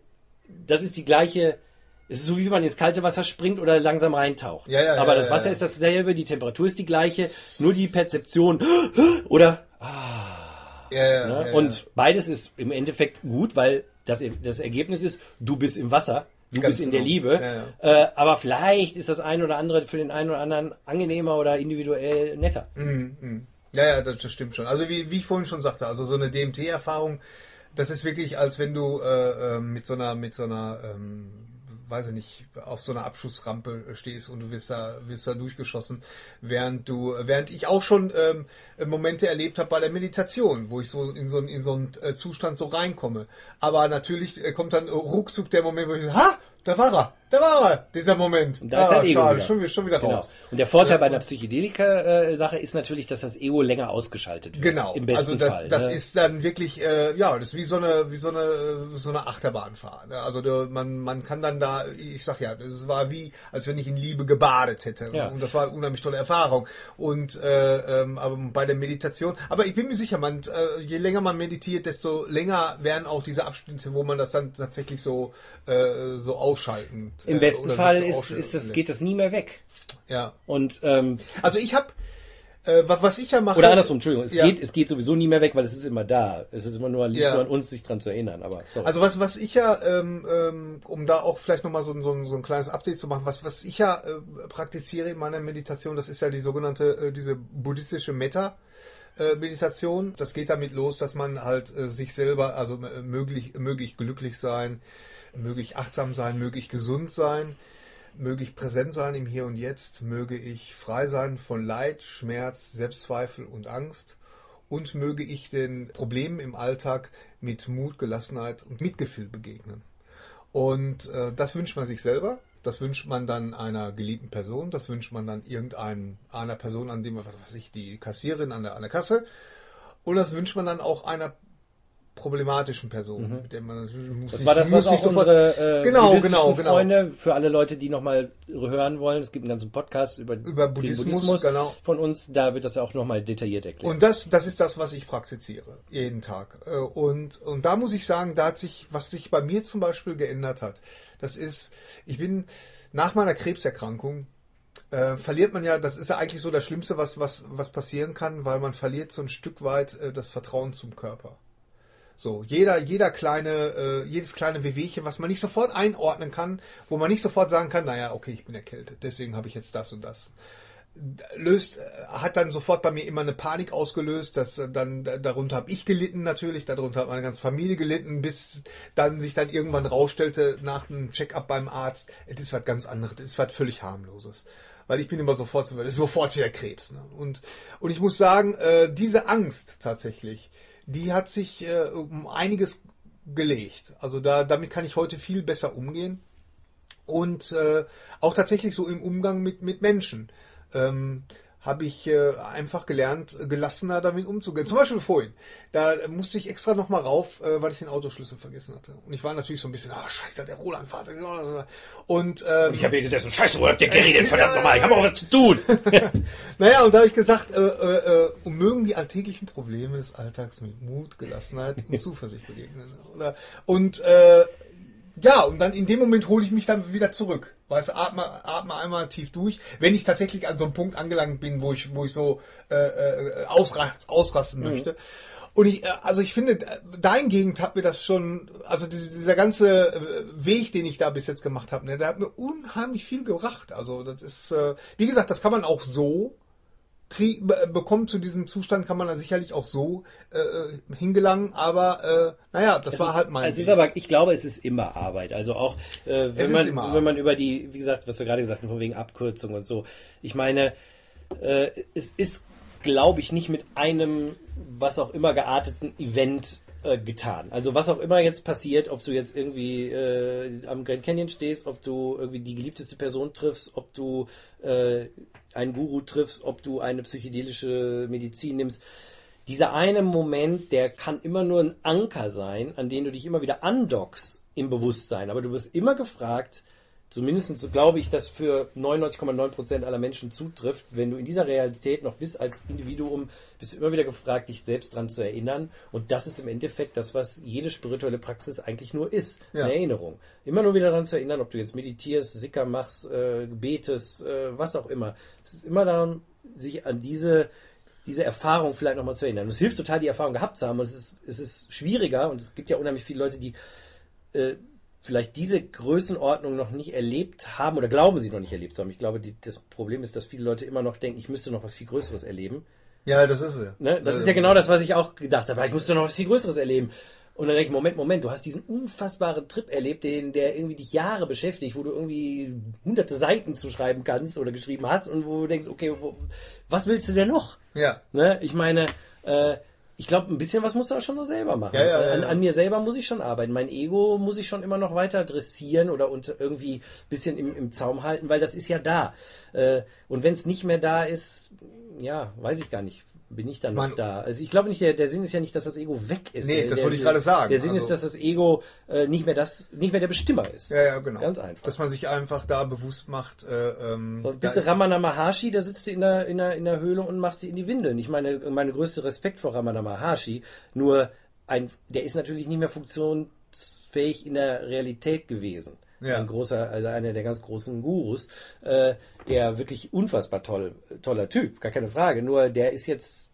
Das ist die gleiche, es ist so, wie man ins kalte Wasser springt oder langsam reintaucht. Ja, ja, aber ja, das Wasser ja, ja. ist dasselbe, die Temperatur ist die gleiche, nur die Perzeption oder ah, ja, ja, ne? ja, ja. Und beides ist im Endeffekt gut, weil das, das Ergebnis ist, du bist im Wasser. Du Ganz bist in genau. der Liebe, ja, ja. Äh, aber vielleicht ist das ein oder andere für den einen oder anderen angenehmer oder individuell netter. Mm, mm. Ja, ja, das, das stimmt schon. Also wie, wie ich vorhin schon sagte, also so eine D M T-Erfahrung, das ist wirklich, als wenn du äh, äh, mit so einer, mit so einer, ähm, weiß ich nicht, auf so einer Abschussrampe stehst und du wirst da, wirst da durchgeschossen, während du, während ich auch schon ähm, Momente erlebt habe bei der Meditation, wo ich so in so, in so einen äh, Zustand so reinkomme. Aber natürlich äh, kommt dann ruckzuck der Moment, wo ich, ha, da war er, da war er, dieser Moment. Und da ist ah, halt Ego schade, wieder. Schon, schon wieder genau. raus. Und der Vorteil ja, bei einer Psychedelika-Sache ist natürlich, dass das Ego länger ausgeschaltet wird. Genau. Im besten also das, Fall. Das ne? ist dann wirklich, äh, ja, das ist wie so eine, wie so eine, so eine Achterbahnfahrt. Also da, man, man kann dann da, ich sag ja, das war wie, als wenn ich in Liebe gebadet hätte. Ja. Und das war eine unheimlich tolle Erfahrung. Und äh, ähm, aber bei der Meditation, aber ich bin mir sicher, man, äh, je länger man meditiert, desto länger werden auch diese Abschnitte, wo man das dann tatsächlich so, äh, so ausschalten. Im äh, besten Fall ist, ist das, geht das nie mehr weg. Ja. Und ähm, also ich habe Äh, was, was ich ja mache... Oder andersrum, Entschuldigung, es, ja. geht, es geht sowieso nie mehr weg, weil es ist immer da. Es ist immer nur, liegt ja. nur an uns, sich dran zu erinnern. Aber sorry. Also was, was ich ja, ähm, ähm, um da auch vielleicht nochmal so, so, so ein kleines Update zu machen, was, was ich ja äh, praktiziere in meiner Meditation, das ist ja die sogenannte, äh, diese buddhistische Metta. Meditation. Das geht damit los, dass man halt äh, sich selber, also äh, möglich, möglich glücklich sein, möglich achtsam sein, möglich gesund sein. möge ich präsent sein im Hier und Jetzt, möge ich frei sein von Leid, Schmerz, Selbstzweifel und Angst und möge ich den Problemen im Alltag mit Mut, Gelassenheit und Mitgefühl begegnen. Und äh, das wünscht man sich selber, das wünscht man dann einer geliebten Person, das wünscht man dann irgendeiner Person, an dem, was weiß ich, die Kassiererin an der, an der Kasse, und das wünscht man dann auch einer problematischen Person, Mhm. mit der man natürlich muss Das nicht, war das, muss was nicht auch sofort, unsere äh, genau, buddhistischen genau, genau. Freunde, für alle Leute, die nochmal hören wollen, es gibt einen ganzen Podcast über, Über den Buddhismus, Buddhismus genau. von uns, da wird das ja auch nochmal detailliert erklärt. Und das, das ist das, was ich praktiziere, jeden Tag. Äh, Und, und da muss ich sagen, da hat sich, was sich bei mir zum Beispiel geändert hat, das ist, ich bin nach meiner Krebserkrankung, äh, verliert man ja, das ist ja eigentlich so das Schlimmste, was, was, was passieren kann, weil man verliert so ein Stück weit äh, das Vertrauen zum Körper. So, jeder, jeder kleine, äh, jedes kleine Wehwehchen, was man nicht sofort einordnen kann, wo man nicht sofort sagen kann, naja, okay, ich bin erkältet, deswegen habe ich jetzt das und das. Löst, hat dann sofort bei mir immer eine Panik ausgelöst, dass dann, darunter habe ich gelitten natürlich, darunter hat meine ganze Familie gelitten, bis dann sich dann irgendwann rausstellte nach einem Check-up beim Arzt, das ist was ganz anderes, das ist was völlig harmloses. Weil ich bin immer sofort, sofort wieder Krebs. Ne? Und, und ich muss sagen, äh, diese Angst tatsächlich, die hat sich äh, um einiges gelegt. Also da, damit kann ich heute viel besser umgehen. Und äh, auch tatsächlich so im Umgang mit, mit Menschen ähm, habe ich äh, einfach gelernt, gelassener damit umzugehen. Zum Beispiel vorhin. Da musste ich extra nochmal rauf, äh, weil ich den Autoschlüssel vergessen hatte. Und ich war natürlich so ein bisschen, ah, scheiße, der Roland-Vater. Und, ähm, und ich habe hier gesessen, scheiße, wo habt ihr Gary denn verdammt nochmal? Ich habe auch was zu tun. Naja, und da habe ich gesagt, äh, äh, und mögen die alltäglichen Probleme des Alltags mit Mut, Gelassenheit und Zuversicht begegnen. Oder? Und äh, ja, und dann in dem Moment hole ich mich dann wieder zurück. Weißt du, atme, atme einmal tief durch. Wenn ich tatsächlich an so einem Punkt angelangt bin, wo ich, wo ich so äh, äh, ausrast, ausrasten Mhm. möchte. Und ich, äh, also ich finde, dahingehend hat mir das schon, also dieser ganze Weg, den ich da bis jetzt gemacht habe, ne, der hat mir unheimlich viel gebracht. Also das ist, äh, wie gesagt, das kann man auch so krieg, be, bekommen. Zu diesem Zustand kann man da sicherlich auch so äh, hingelangen, aber äh, naja, das Es war ist, halt mein Es Ding. ist aber, ich glaube, es ist immer Arbeit. Also auch, äh, Es wenn ist man, immer wenn man Arbeit. über die, wie gesagt, was wir gerade gesagt haben, von wegen Abkürzung und so. Ich meine, äh, es ist, glaube ich, nicht mit einem, was auch immer gearteten Event äh, getan. Also was auch immer jetzt passiert, ob du jetzt irgendwie äh, am Grand Canyon stehst, ob du irgendwie die geliebteste Person triffst, ob du äh, einen Guru triffst, ob du eine psychedelische Medizin nimmst. Dieser eine Moment, der kann immer nur ein Anker sein, an den du dich immer wieder andockst im Bewusstsein. Aber du wirst immer gefragt, zumindest so glaube ich, dass für neunundneunzig Komma neun Prozent aller Menschen zutrifft, wenn du in dieser Realität noch bist als Individuum, bist du immer wieder gefragt, dich selbst dran zu erinnern. Und das ist im Endeffekt das, was jede spirituelle Praxis eigentlich nur ist. Ja. Eine Erinnerung. Immer nur wieder daran zu erinnern, ob du jetzt meditierst, Sicker machst, äh, betest, äh, was auch immer. Es ist immer daran, sich an diese diese Erfahrung vielleicht nochmal zu erinnern. Und es hilft total, die Erfahrung gehabt zu haben. Und es ist, es ist schwieriger und es gibt ja unheimlich viele Leute, die äh, vielleicht diese Größenordnung noch nicht erlebt haben oder glauben, sie noch nicht erlebt zu haben. Ich glaube, die, das Problem ist, dass viele Leute immer noch denken, ich müsste noch was viel Größeres erleben. Ja, das ist es. Ne? Das Also, ist ja genau das, was ich auch gedacht habe. Ich musste noch was viel Größeres erleben. Und dann denke ich, Moment, Moment, du hast diesen unfassbaren Trip erlebt, den, der irgendwie dich Jahre beschäftigt, wo du irgendwie hunderte Seiten zuschreiben kannst oder geschrieben hast und wo du denkst, okay, wo, was willst du denn noch? Ja. Ne? Ich meine, äh, ich glaube, ein bisschen was musst du auch schon noch selber machen. Ja, ja, ja, an, ja. an mir selber muss ich schon arbeiten. Mein Ego muss ich schon immer noch weiter dressieren oder unter irgendwie ein bisschen im, im Zaum halten, weil das ist ja da. Äh, und wenn es nicht mehr da ist, ja, weiß ich gar nicht. Bin ich dann noch Man- da? Also ich glaube nicht, der, der Sinn ist ja nicht, dass das Ego weg ist. Nee, der, das der, wollte ich gerade sagen. Der Sinn Also- ist, dass das Ego äh, nicht mehr das, nicht mehr der Bestimmer ist. Ja, ja, genau. Ganz einfach. Dass man sich einfach da bewusst macht. Äh, ähm, So, da bist du ist- Ramana Maharshi, da sitzt du in der, in, der, in der Höhle und machst dir in die Windeln. Ich meine, meine größte Respekt vor Ramana Maharshi, nur ein, der ist natürlich nicht mehr funktionsfähig in der Realität gewesen. Ja. Ein großer, also einer der ganz großen Gurus, äh, der wirklich unfassbar toll, toller Typ, gar keine Frage. Nur der ist jetzt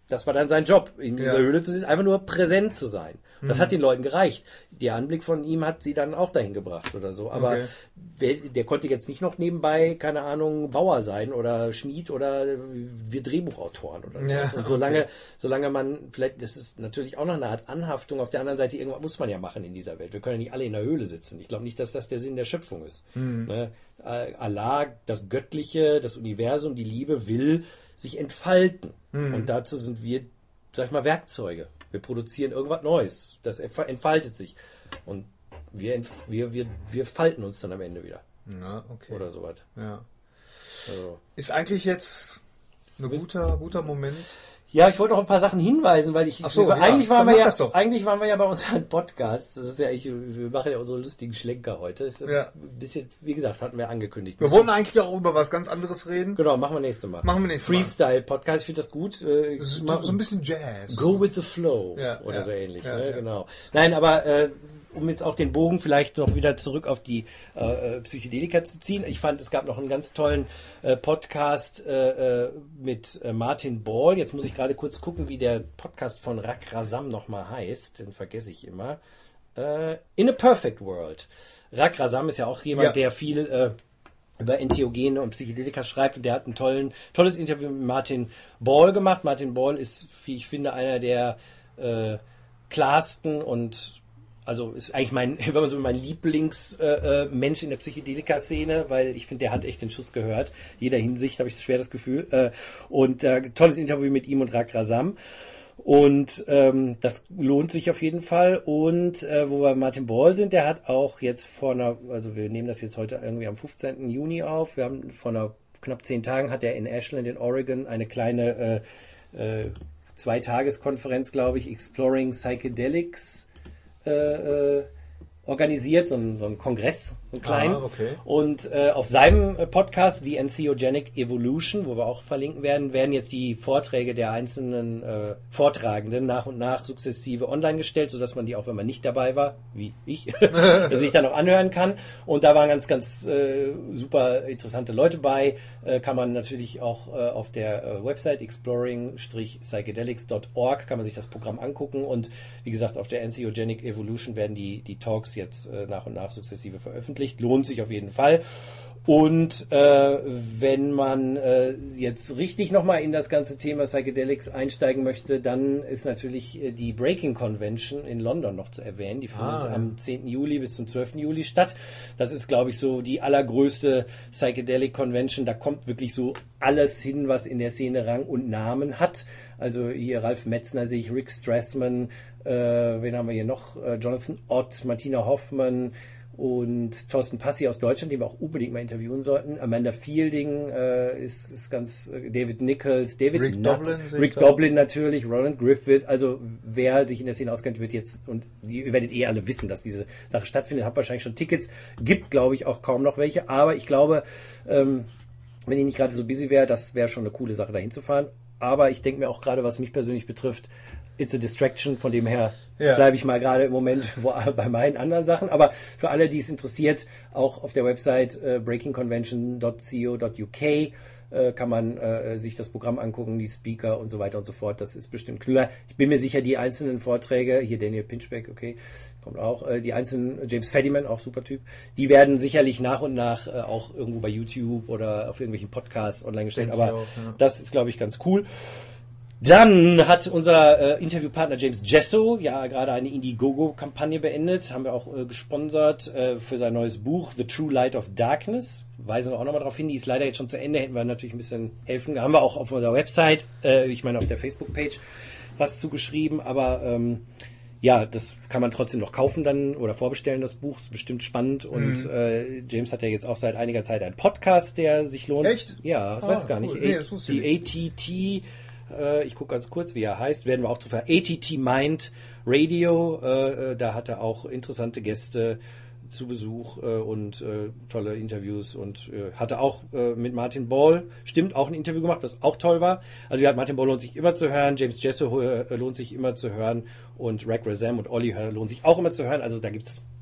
das war dann sein Job, in dieser Ja. Höhle zu sitzen, einfach nur präsent zu sein. Das Mhm. hat den Leuten gereicht. Der Anblick von ihm hat sie dann auch dahin gebracht oder so. Aber Okay. wer, der konnte jetzt nicht noch nebenbei, keine Ahnung, Bauer sein oder Schmied oder wir Drehbuchautoren oder so. Ja, Und solange, okay. solange man, vielleicht, das ist natürlich auch noch eine Art Anhaftung. Auf der anderen Seite, irgendwas muss man ja machen in dieser Welt. Wir können ja nicht alle in der Höhle sitzen. Ich glaube nicht, dass das der Sinn der Schöpfung ist. Mhm. Ne? Allah, das Göttliche, das Universum, die Liebe will sich entfalten. Mhm. Und dazu sind wir, sag ich mal, Werkzeuge. Wir produzieren irgendwas Neues. Das entfaltet sich. Und wir, entf- wir, wir, wir falten uns dann am Ende wieder. Ja, okay. Oder sowas. Ja. Also. Ist eigentlich jetzt ein guter, guter Moment. Ja, ich wollte noch ein paar Sachen hinweisen, weil ich Ach so, wir, ja, eigentlich waren dann wir mach ja das doch. eigentlich waren wir ja bei unseren Podcasts. Das ist ja ich, wir machen ja unsere lustigen Schlenker heute. Ist Ja. ein bisschen, wie gesagt, hatten wir angekündigt. Wir wollten eigentlich auch über was ganz anderes reden. Genau, machen wir nächstes Mal. Machen wir nächstes Mal. Freestyle Podcast, ich finde das gut. Äh, So, mal- so ein bisschen Jazz. Go with the flow Ja, oder ja, so ähnlich, ja, ne? ja. Genau. Nein, aber äh, um jetzt auch den Bogen vielleicht noch wieder zurück auf die äh, Psychedelika zu ziehen. Ich fand, es gab noch einen ganz tollen äh, Podcast äh, äh, mit äh, Martin Ball. Jetzt muss ich gerade kurz gucken, wie der Podcast von Rak Razam nochmal heißt. Den vergesse ich immer. Äh, In a Perfect World. Rak Razam ist ja auch jemand, Ja. der viel äh, über Entheogene und Psychedelika schreibt, und der hat ein tollen, tolles Interview mit Martin Ball gemacht. Martin Ball ist, wie ich finde, einer der äh, klarsten und also ist eigentlich mein, wenn man so mein Lieblingsmensch äh, äh, Mensch in der Psychedelika-Szene, weil ich finde, der hat echt den Schuss gehört. Jeder Hinsicht habe ich schwer das Gefühl. Äh, und äh, tolles Interview mit ihm und Rak Razam. Und ähm, das lohnt sich auf jeden Fall. Und äh, wo wir bei Martin Ball sind, der hat auch jetzt vor einer, also wir nehmen das jetzt heute irgendwie am fünfzehnten Juni auf. Wir haben vor einer knapp zehn Tagen hat er in Ashland in Oregon eine kleine äh, äh, Zweitageskonferenz, glaube ich, Exploring Psychedelics äh, äh, organisiert, so ein, so ein Kongress, so einen kleinen. Ah, okay. Und äh, auf seinem äh, Podcast, The Entheogenic Evolution, wo wir auch verlinken werden, werden jetzt die Vorträge der einzelnen äh, Vortragenden nach und nach sukzessive online gestellt, sodass man die auch, wenn man nicht dabei war, wie ich, sich dann noch anhören kann. Und da waren ganz, ganz äh, super interessante Leute bei. Äh, kann man natürlich auch äh, auf der äh, Website exploring psychedelics dot org kann man sich das Programm angucken. Und wie gesagt, auf der Entheogenic Evolution werden die, die Talks jetzt äh, nach und nach sukzessive veröffentlicht. Lohnt sich auf jeden Fall. Und äh, wenn man äh, jetzt richtig nochmal in das ganze Thema Psychedelics einsteigen möchte, dann ist natürlich äh, die Breaking Convention in London noch zu erwähnen. Die findet Ah, ja. am zehnten Juli bis zum zwölften Juli statt. Das ist, glaube ich, so die allergrößte Psychedelic Convention. Da kommt wirklich so alles hin, was in der Szene Rang und Namen hat. Also hier Ralf Metzner sehe ich, Rick Strassman, äh, wen haben wir hier noch? Äh, Jonathan Ott, Martina Hoffmann, und Thorsten Passi aus Deutschland, den wir auch unbedingt mal interviewen sollten. Amanda Fielding äh, ist, ist ganz, äh, David Nichols, David Rick Nutt, Doblin sehe ich Rick da. Doblin natürlich, Roland Griffith. Also wer sich in der Szene auskennt, wird jetzt, und ihr werdet eh alle wissen, dass diese Sache stattfindet, habt wahrscheinlich schon Tickets, gibt glaube ich auch kaum noch welche, aber ich glaube, ähm, wenn ich nicht gerade so busy wäre, das wäre schon eine coole Sache, da hinzufahren. Aber ich denke mir auch gerade, was mich persönlich betrifft, it's a distraction, von dem her Ja. bleibe ich mal gerade im Moment wo, bei meinen anderen Sachen. Aber für alle, die es interessiert, auch auf der Website äh, breaking convention dot co dot u k äh, kann man äh, sich das Programm angucken, die Speaker und so weiter und so fort. Das ist bestimmt cooler. Ich bin mir sicher, die einzelnen Vorträge, hier Daniel Pinchbeck, okay, kommt auch, äh, die einzelnen, James Fadiman, auch super Typ, die werden sicherlich nach und nach äh, auch irgendwo bei YouTube oder auf irgendwelchen Podcasts online gestellt. Denke ich Aber auch, ja. das ist, glaube ich, ganz cool. Dann hat unser äh, Interviewpartner James Jesso ja gerade eine Indiegogo-Kampagne beendet, haben wir auch äh, gesponsert äh, für sein neues Buch The True Light of Darkness. Weisen wir auch nochmal darauf hin, die ist leider jetzt schon zu Ende, hätten wir natürlich ein bisschen helfen. Haben wir auch auf unserer Website, äh, ich meine auf der Facebook-Page was zugeschrieben, aber ähm, ja, das kann man trotzdem noch kaufen dann oder vorbestellen, das Buch, ist bestimmt spannend. Und Mhm. äh, James hat ja jetzt auch seit einiger Zeit einen Podcast, der sich lohnt. Echt? Ja, das Ah, weiß ich gar nicht. cool. Nee, das wusste ich die A T T, äh, ich gucke ganz kurz, wie er heißt, werden wir auch zu ver. A T T Mind Radio, äh, äh, da hat er auch interessante Gäste zu Besuch äh, und äh, tolle Interviews und äh, hatte auch äh, mit Martin Ball, stimmt, auch ein Interview gemacht, was auch toll war. Also ja, Martin Ball lohnt sich immer zu hören, James Jesso äh, lohnt sich immer zu hören und Rak Razam und Olli lohnt sich auch immer zu hören. Also da gibt's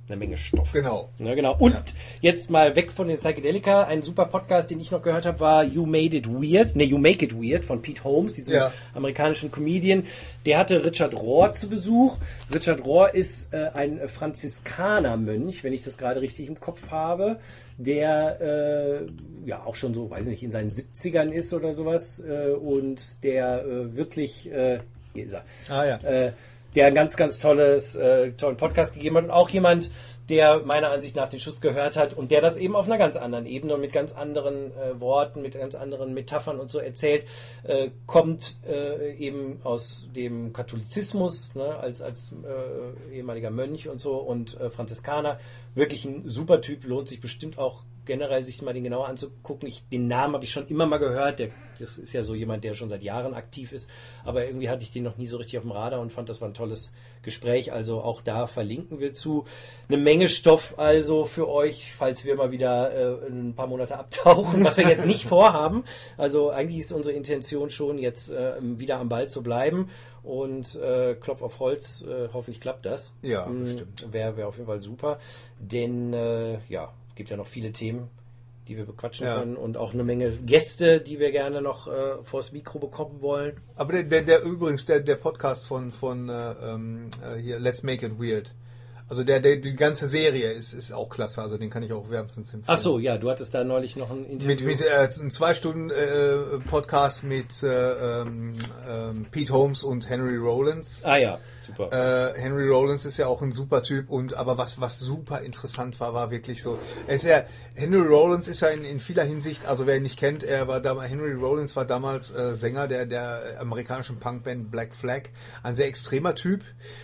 eine Menge Stoff. Genau. Ja, genau. Und Ja. jetzt mal weg von den Psychedelika. Ein super Podcast, den ich noch gehört habe, war You Made It Weird. Ne, You Make It Weird von Pete Holmes, diesem Ja. amerikanischen Comedian. Der hatte Richard Rohr zu Besuch. Richard Rohr ist äh, ein Franziskanermönch, wenn ich das gerade richtig im Kopf habe, der äh, ja auch schon so, weiß ich nicht, in seinen siebzigern ist oder sowas äh, und der äh, wirklich, äh, hier ist er, Ah, ja. äh, der ein ganz, ganz tolles, äh, tollen Podcast gegeben hat und auch jemand, der meiner Ansicht nach den Schuss gehört hat und der das eben auf einer ganz anderen Ebene und mit ganz anderen äh, Worten, mit ganz anderen Metaphern und so erzählt, äh, kommt äh, eben aus dem Katholizismus, ne, als, als äh, ehemaliger Mönch und so und äh, Franziskaner. Wirklich ein super Typ, lohnt sich bestimmt auch generell sich mal den genauer anzugucken. Ich, den Namen habe ich schon immer mal gehört. Der, das ist ja so jemand, der schon seit Jahren aktiv ist. Aber irgendwie hatte ich den noch nie so richtig auf dem Radar und fand, das war ein tolles Gespräch. Also auch da verlinken wir zu. Eine Menge Stoff also für euch, falls wir mal wieder äh, ein paar Monate abtauchen, was wir jetzt nicht vorhaben. Also eigentlich ist unsere Intention schon, jetzt äh, wieder am Ball zu bleiben. Und äh, Klopf auf Holz, äh, hoffentlich klappt das. Ja, Hm, bestimmt. Wäre wär auf jeden Fall super. Denn äh, ja, gibt ja noch viele Themen, die wir bequatschen Ja. können und auch eine Menge Gäste, die wir gerne noch äh, vors Mikro bekommen wollen. Aber der, der, der übrigens, der, der Podcast von, von äh, ähm, äh, hier, Let's Make It Weird. Also der, der, die ganze Serie ist, ist auch klasse, also den kann ich auch wärmstens empfehlen. Ach so, ja, du hattest da neulich noch ein Mit, Interview. mit äh, einem zwei Stunden äh, Podcast mit äh, ähm, ähm, Pete Holmes und Henry Rollins. ah ja, super. Äh, Henry Rollins ist ja auch ein super Typ und aber was was super interessant war, war wirklich so. Er ist ja Henry Rollins ist ja in, in vieler Hinsicht, also wer ihn nicht kennt, er war damals Henry Rollins war damals äh, Sänger der der amerikanischen Punkband Black Flag, ein sehr extremer Typ.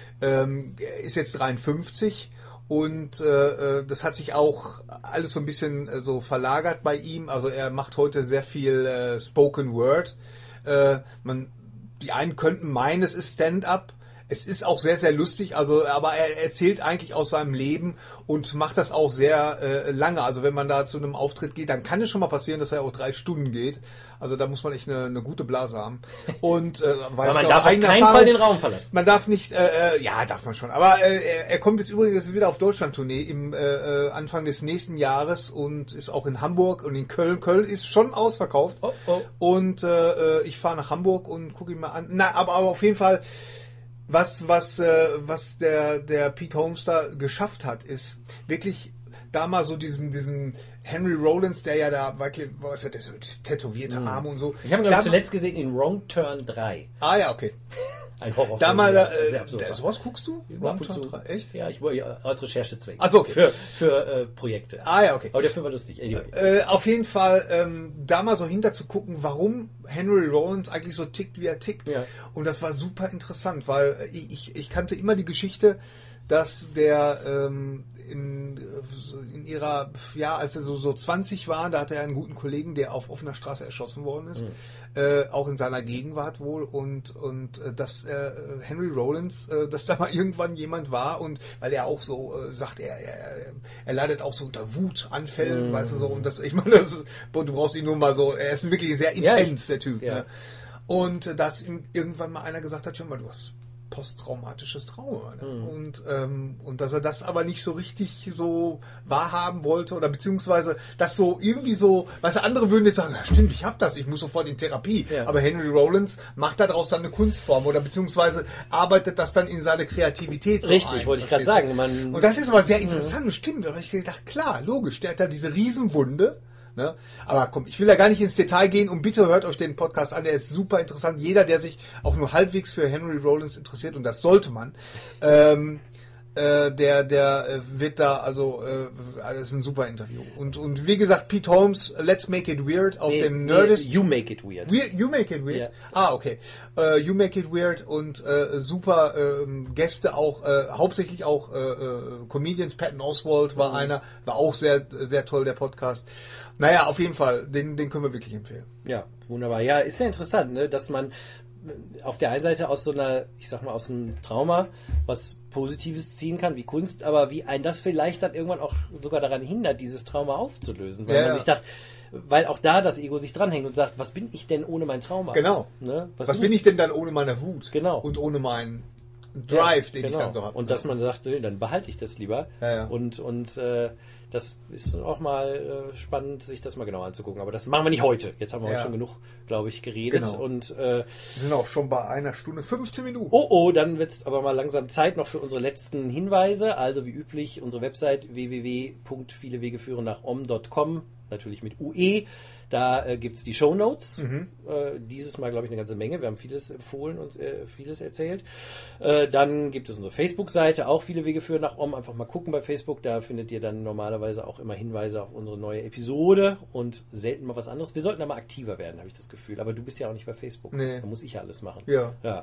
Ähm, er ist jetzt dreiundfünfzig und äh, das hat sich auch alles so ein bisschen äh, so verlagert bei ihm. Also er macht heute sehr viel äh, Spoken Word. Äh, man, die einen könnten meinen, es ist Stand-up. Es ist auch sehr, sehr lustig, also, aber er erzählt eigentlich aus seinem Leben und macht das auch sehr äh, lange. Also wenn man da zu einem Auftritt geht, dann kann es schon mal passieren, dass er auch drei Stunden geht. Also da muss man echt eine, eine gute Blase haben. Und äh, weiß Aber man ich aus darf auf eigener keinen Erfahrung, Fall den Raum verlassen. man darf nicht, äh, äh, ja, darf man schon. Aber äh, er, er kommt jetzt übrigens wieder auf Deutschland-Tournee im äh, äh, Anfang des nächsten Jahres und ist auch in Hamburg und in Köln. Köln ist schon ausverkauft. Oh, oh. Und äh, ich fahre nach Hamburg und gucke ihn mal an. Na, aber, aber auf jeden Fall, was was äh, was der der Pete Holmes da geschafft hat, ist wirklich da mal so diesen diesen Henry Rollins, der ja da wirklich, was ist das, so tätowierte Arme und so. Ich habe ihn, glaube Da ich, zuletzt gesehen in Wrong Turn drei. Ah ja, okay. Ein Horrorfilm. Da mal, der äh, sehr absurd der, war. sowas guckst du? Ja, ab und Wrong zu. Turn drei? Echt? Ja, ich wollte ja, aus Recherchezwecken. Ach so, okay. Für, für äh, Projekte. Ah ja, okay. Aber der Film war lustig. Anyway. Äh, auf jeden Fall ähm, da mal so hinter zu gucken, warum Henry Rollins eigentlich so tickt, wie er tickt. Ja. Und das war super interessant, weil äh, ich, ich kannte immer die Geschichte, dass der ähm, in, in ihrer, ja, als er so, so zwanzig war, da hatte er einen guten Kollegen, der auf offener Straße erschossen worden ist. Mhm. Äh, auch in seiner Gegenwart wohl und und äh, dass äh, Henry Rollins, äh, dass da mal irgendwann jemand war und weil er auch so äh, sagt, er, er er leidet auch so unter Wutanfällen, mm. weißt du so und das, ich meine, das, du brauchst ihn nur mal so, er ist wirklich sehr intens, ja, der Typ. Ja. Ne? Und äh, dass ihm irgendwann mal einer gesagt hat, hör mal, du hast posttraumatisches Trauma. Ne? Mhm. Und, ähm, und dass er das aber nicht so richtig so wahrhaben wollte oder beziehungsweise das so irgendwie so, weißt du, andere würden jetzt sagen, ja stimmt, ich hab das, ich muss sofort in Therapie. Ja. Aber Henry Rollins macht daraus dann eine Kunstform oder beziehungsweise arbeitet das dann in seine Kreativität so Richtig, ein, wollte ich gerade sagen. Man und das ist aber sehr interessant, mhm. stimmt. Da habe ich gedacht, klar, logisch, der hat da diese Riesenwunde. Ne? Aber komm, ich will da gar nicht ins Detail gehen und bitte hört euch den Podcast an, der ist super interessant. Jeder, der sich auch nur halbwegs für Henry Rollins interessiert, und das sollte man, ähm, äh, der der äh, wird da, also äh, das ist ein super Interview. Und und wie gesagt, Pete Holmes, Let's Make It Weird auf nee, dem Nerdist. Nee, you Make It Weird. We, you Make It Weird? Yeah. Ah, okay. Uh, you Make It Weird und äh, super äh, Gäste auch, äh, hauptsächlich auch äh, äh, Comedians. Patton Oswalt war mhm. einer, war auch sehr sehr toll, der Podcast. Naja, auf jeden Fall, den, den können wir wirklich empfehlen. Ja, wunderbar. Ja, ist ja interessant, ne, dass man auf der einen Seite aus so einer, ich sag mal, aus einem Trauma was Positives ziehen kann, wie Kunst, aber wie ein das vielleicht dann irgendwann auch sogar daran hindert, dieses Trauma aufzulösen. Weil ja, man ja. sich dacht, weil auch da das Ego sich dranhängt und sagt, was bin ich denn ohne mein Trauma? Genau. Ne? Was, was bin bin ich? ich denn dann ohne meine Wut? Genau. Und ohne mein Drive, ja, den genau. ich dann so habe. Und dass man sagt, nee, dann behalte ich das lieber. Ja, ja. Und, und äh, das ist auch mal äh, spannend, sich das mal genau anzugucken. Aber das machen wir nicht heute. Jetzt haben wir Ja. heute schon genug, glaube ich, geredet. Genau. Und äh, Wir sind auch schon bei einer Stunde fünfzehn Minuten. oh oh, dann wird es aber mal langsam Zeit noch für unsere letzten Hinweise. Also wie üblich unsere Website w w w punkt viele wege führen nach om punkt com, natürlich mit U E. Da äh, gibt es die Shownotes. Mhm. Äh, dieses Mal, glaube ich, eine ganze Menge. Wir haben vieles empfohlen und äh, vieles erzählt. Äh, dann gibt es unsere Facebook-Seite, auch viele Wege führen nach Om. Einfach mal gucken bei Facebook. Da findet ihr dann normalerweise auch immer Hinweise auf unsere neue Episode und selten mal was anderes. Wir sollten da mal aktiver werden, habe ich das Gefühl. Aber du bist ja auch nicht bei Facebook. Nee. Da muss ich ja alles machen. Ja. Ja.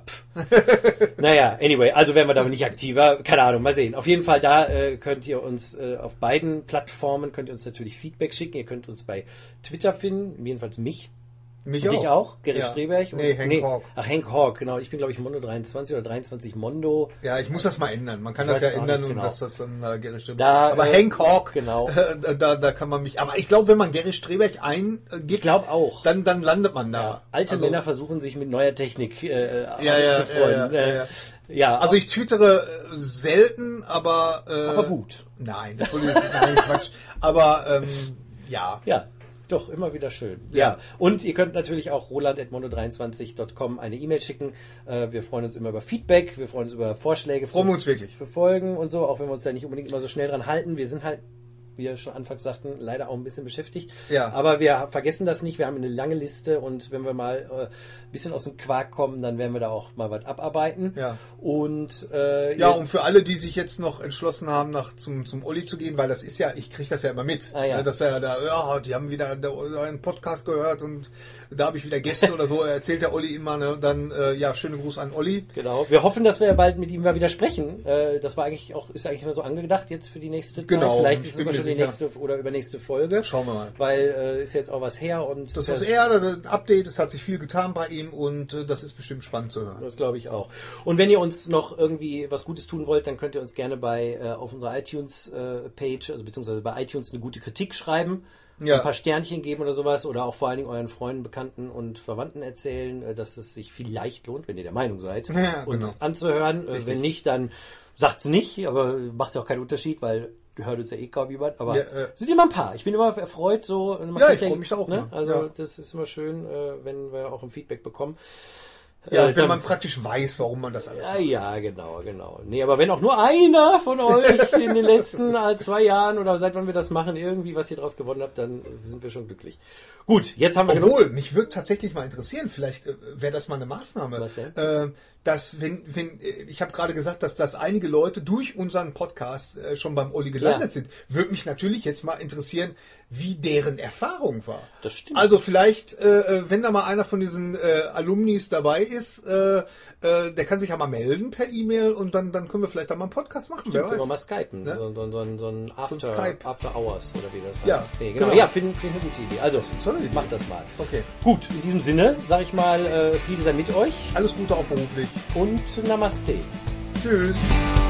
Naja, anyway, also werden wir da nicht aktiver. Keine Ahnung, mal sehen. Auf jeden Fall, da äh, könnt ihr uns äh, auf beiden Plattformen, könnt ihr uns natürlich Feedback schicken. Ihr könnt uns bei Twitter finden, jedenfalls mich. Mich Und auch. dich auch? Gerrit Ja. Streberg? Und, Nee, Hank Hawk. Ach, Hank Hawk, genau. Ich bin, glaube ich, Mondo dreiundzwanzig oder dreiundzwanzig Mondo. Ja, ich muss das mal ändern. Man kann Ich das ja weiß auch ändern nicht, und genau. dass das dann äh, Gerrit Streberg. Da, aber äh, Hank Hawk, genau. äh, da, da kann man mich. Aber ich glaube, wenn man Gerrit Streberg eingibt, Ich glaube auch. dann, dann landet man da. Ja, alte also, Männer versuchen sich mit neuer Technik äh, Ja, ja, zu freuen. ja, ja, ja. ja, Also ich twittere äh, selten, aber äh, aber gut. Nein, das wurde jetzt nein, Quatsch. Aber ähm, ja. Ja, doch, immer wieder schön. Ja. Ja. Und ihr könnt natürlich auch roland at mondo dreiundzwanzig punkt com eine E-Mail schicken. Äh, wir freuen uns immer über Feedback, wir freuen uns über Vorschläge Freuen für, wir uns wirklich. für Folgen und so, auch wenn wir uns da nicht unbedingt immer so schnell dran halten. Wir sind halt, wie wir schon anfangs sagten, leider auch ein bisschen beschäftigt. Ja. Aber wir vergessen das nicht, wir haben eine lange Liste und wenn wir mal äh, ein bisschen aus dem Quark kommen, dann werden wir da auch mal was abarbeiten. Ja. Und äh, Ja, ihr- und für alle, die sich jetzt noch entschlossen haben, nach zum zum Olli zu gehen, weil das ist ja, ich kriege das ja immer mit, Ah, ja. ne, dass er da, ja, die haben wieder da- einen Podcast gehört und da habe ich wieder Gäste oder so, erzählt der Olli immer, ne, dann äh, ja, schöne Gruß an Olli. Genau. Wir hoffen, dass wir bald mit ihm mal wieder sprechen. Äh, das war eigentlich auch, ist eigentlich immer so angedacht jetzt für die nächste Zeit. Genau. Vielleicht Ich ist bin sogar mir schon die sicher. nächste oder übernächste Folge. Schauen wir mal. Weil äh, ist jetzt auch was her und Das was er, ein Update, es hat sich viel getan bei ihm und äh, das ist bestimmt spannend zu hören. Das glaube ich auch. Und wenn ihr uns noch irgendwie was Gutes tun wollt, dann könnt ihr uns gerne bei äh, auf unserer iTunes-Page, also beziehungsweise bei iTunes eine gute Kritik schreiben, Ja. ein paar Sternchen geben oder sowas oder auch vor allen Dingen euren Freunden, Bekannten und Verwandten erzählen, äh, dass es sich vielleicht lohnt, wenn ihr der Meinung seid, Ja, uns genau. anzuhören. Äh, wenn nicht, dann sagt's nicht, aber macht ja auch keinen Unterschied, weil hört uns ja eh kaum jemand, aber Ja, äh. sind immer ein paar. Ich bin immer erfreut, so. man Ja, kriegt ich freu mich auch Ne? immer. Also Ja. das ist immer schön, äh, wenn wir auch ein Feedback bekommen. Ja, Äh, wenn dann- man praktisch weiß, warum man das alles Ja, macht. ja, genau, genau. Nee, aber wenn auch nur einer von euch in den letzten äh, zwei Jahren oder seit wann wir das machen, irgendwie was ihr draus gewonnen habt, dann sind wir schon glücklich. Gut, jetzt haben wir genug. Obwohl, mich würde tatsächlich mal interessieren, vielleicht äh, wäre das mal eine Maßnahme, Was denn? äh, dass wenn, wenn äh, ich habe gerade gesagt, dass, dass einige Leute durch unseren Podcast äh, schon beim Olli gelandet Ja. sind, würde mich natürlich jetzt mal interessieren, wie deren Erfahrung war. Das stimmt. Also vielleicht, äh, äh, wenn da mal einer von diesen äh, Alumnis dabei ist, äh, äh, der kann sich ja mal melden per E-Mail und dann, dann können wir vielleicht da mal einen Podcast machen, wer Können wir weiß. mal skypen, Ne? so, so, so, so ein After, Skype. After Hours oder wie das heißt. Ja, nee, genau. genau. Ja, finde find eine gute Idee. Also, eine tolle Idee. macht das mal. Okay. Gut, in diesem Sinne sage ich mal, äh, Friede sei mit euch Alles Gute auch beruflich. und Namaste. Tschüss.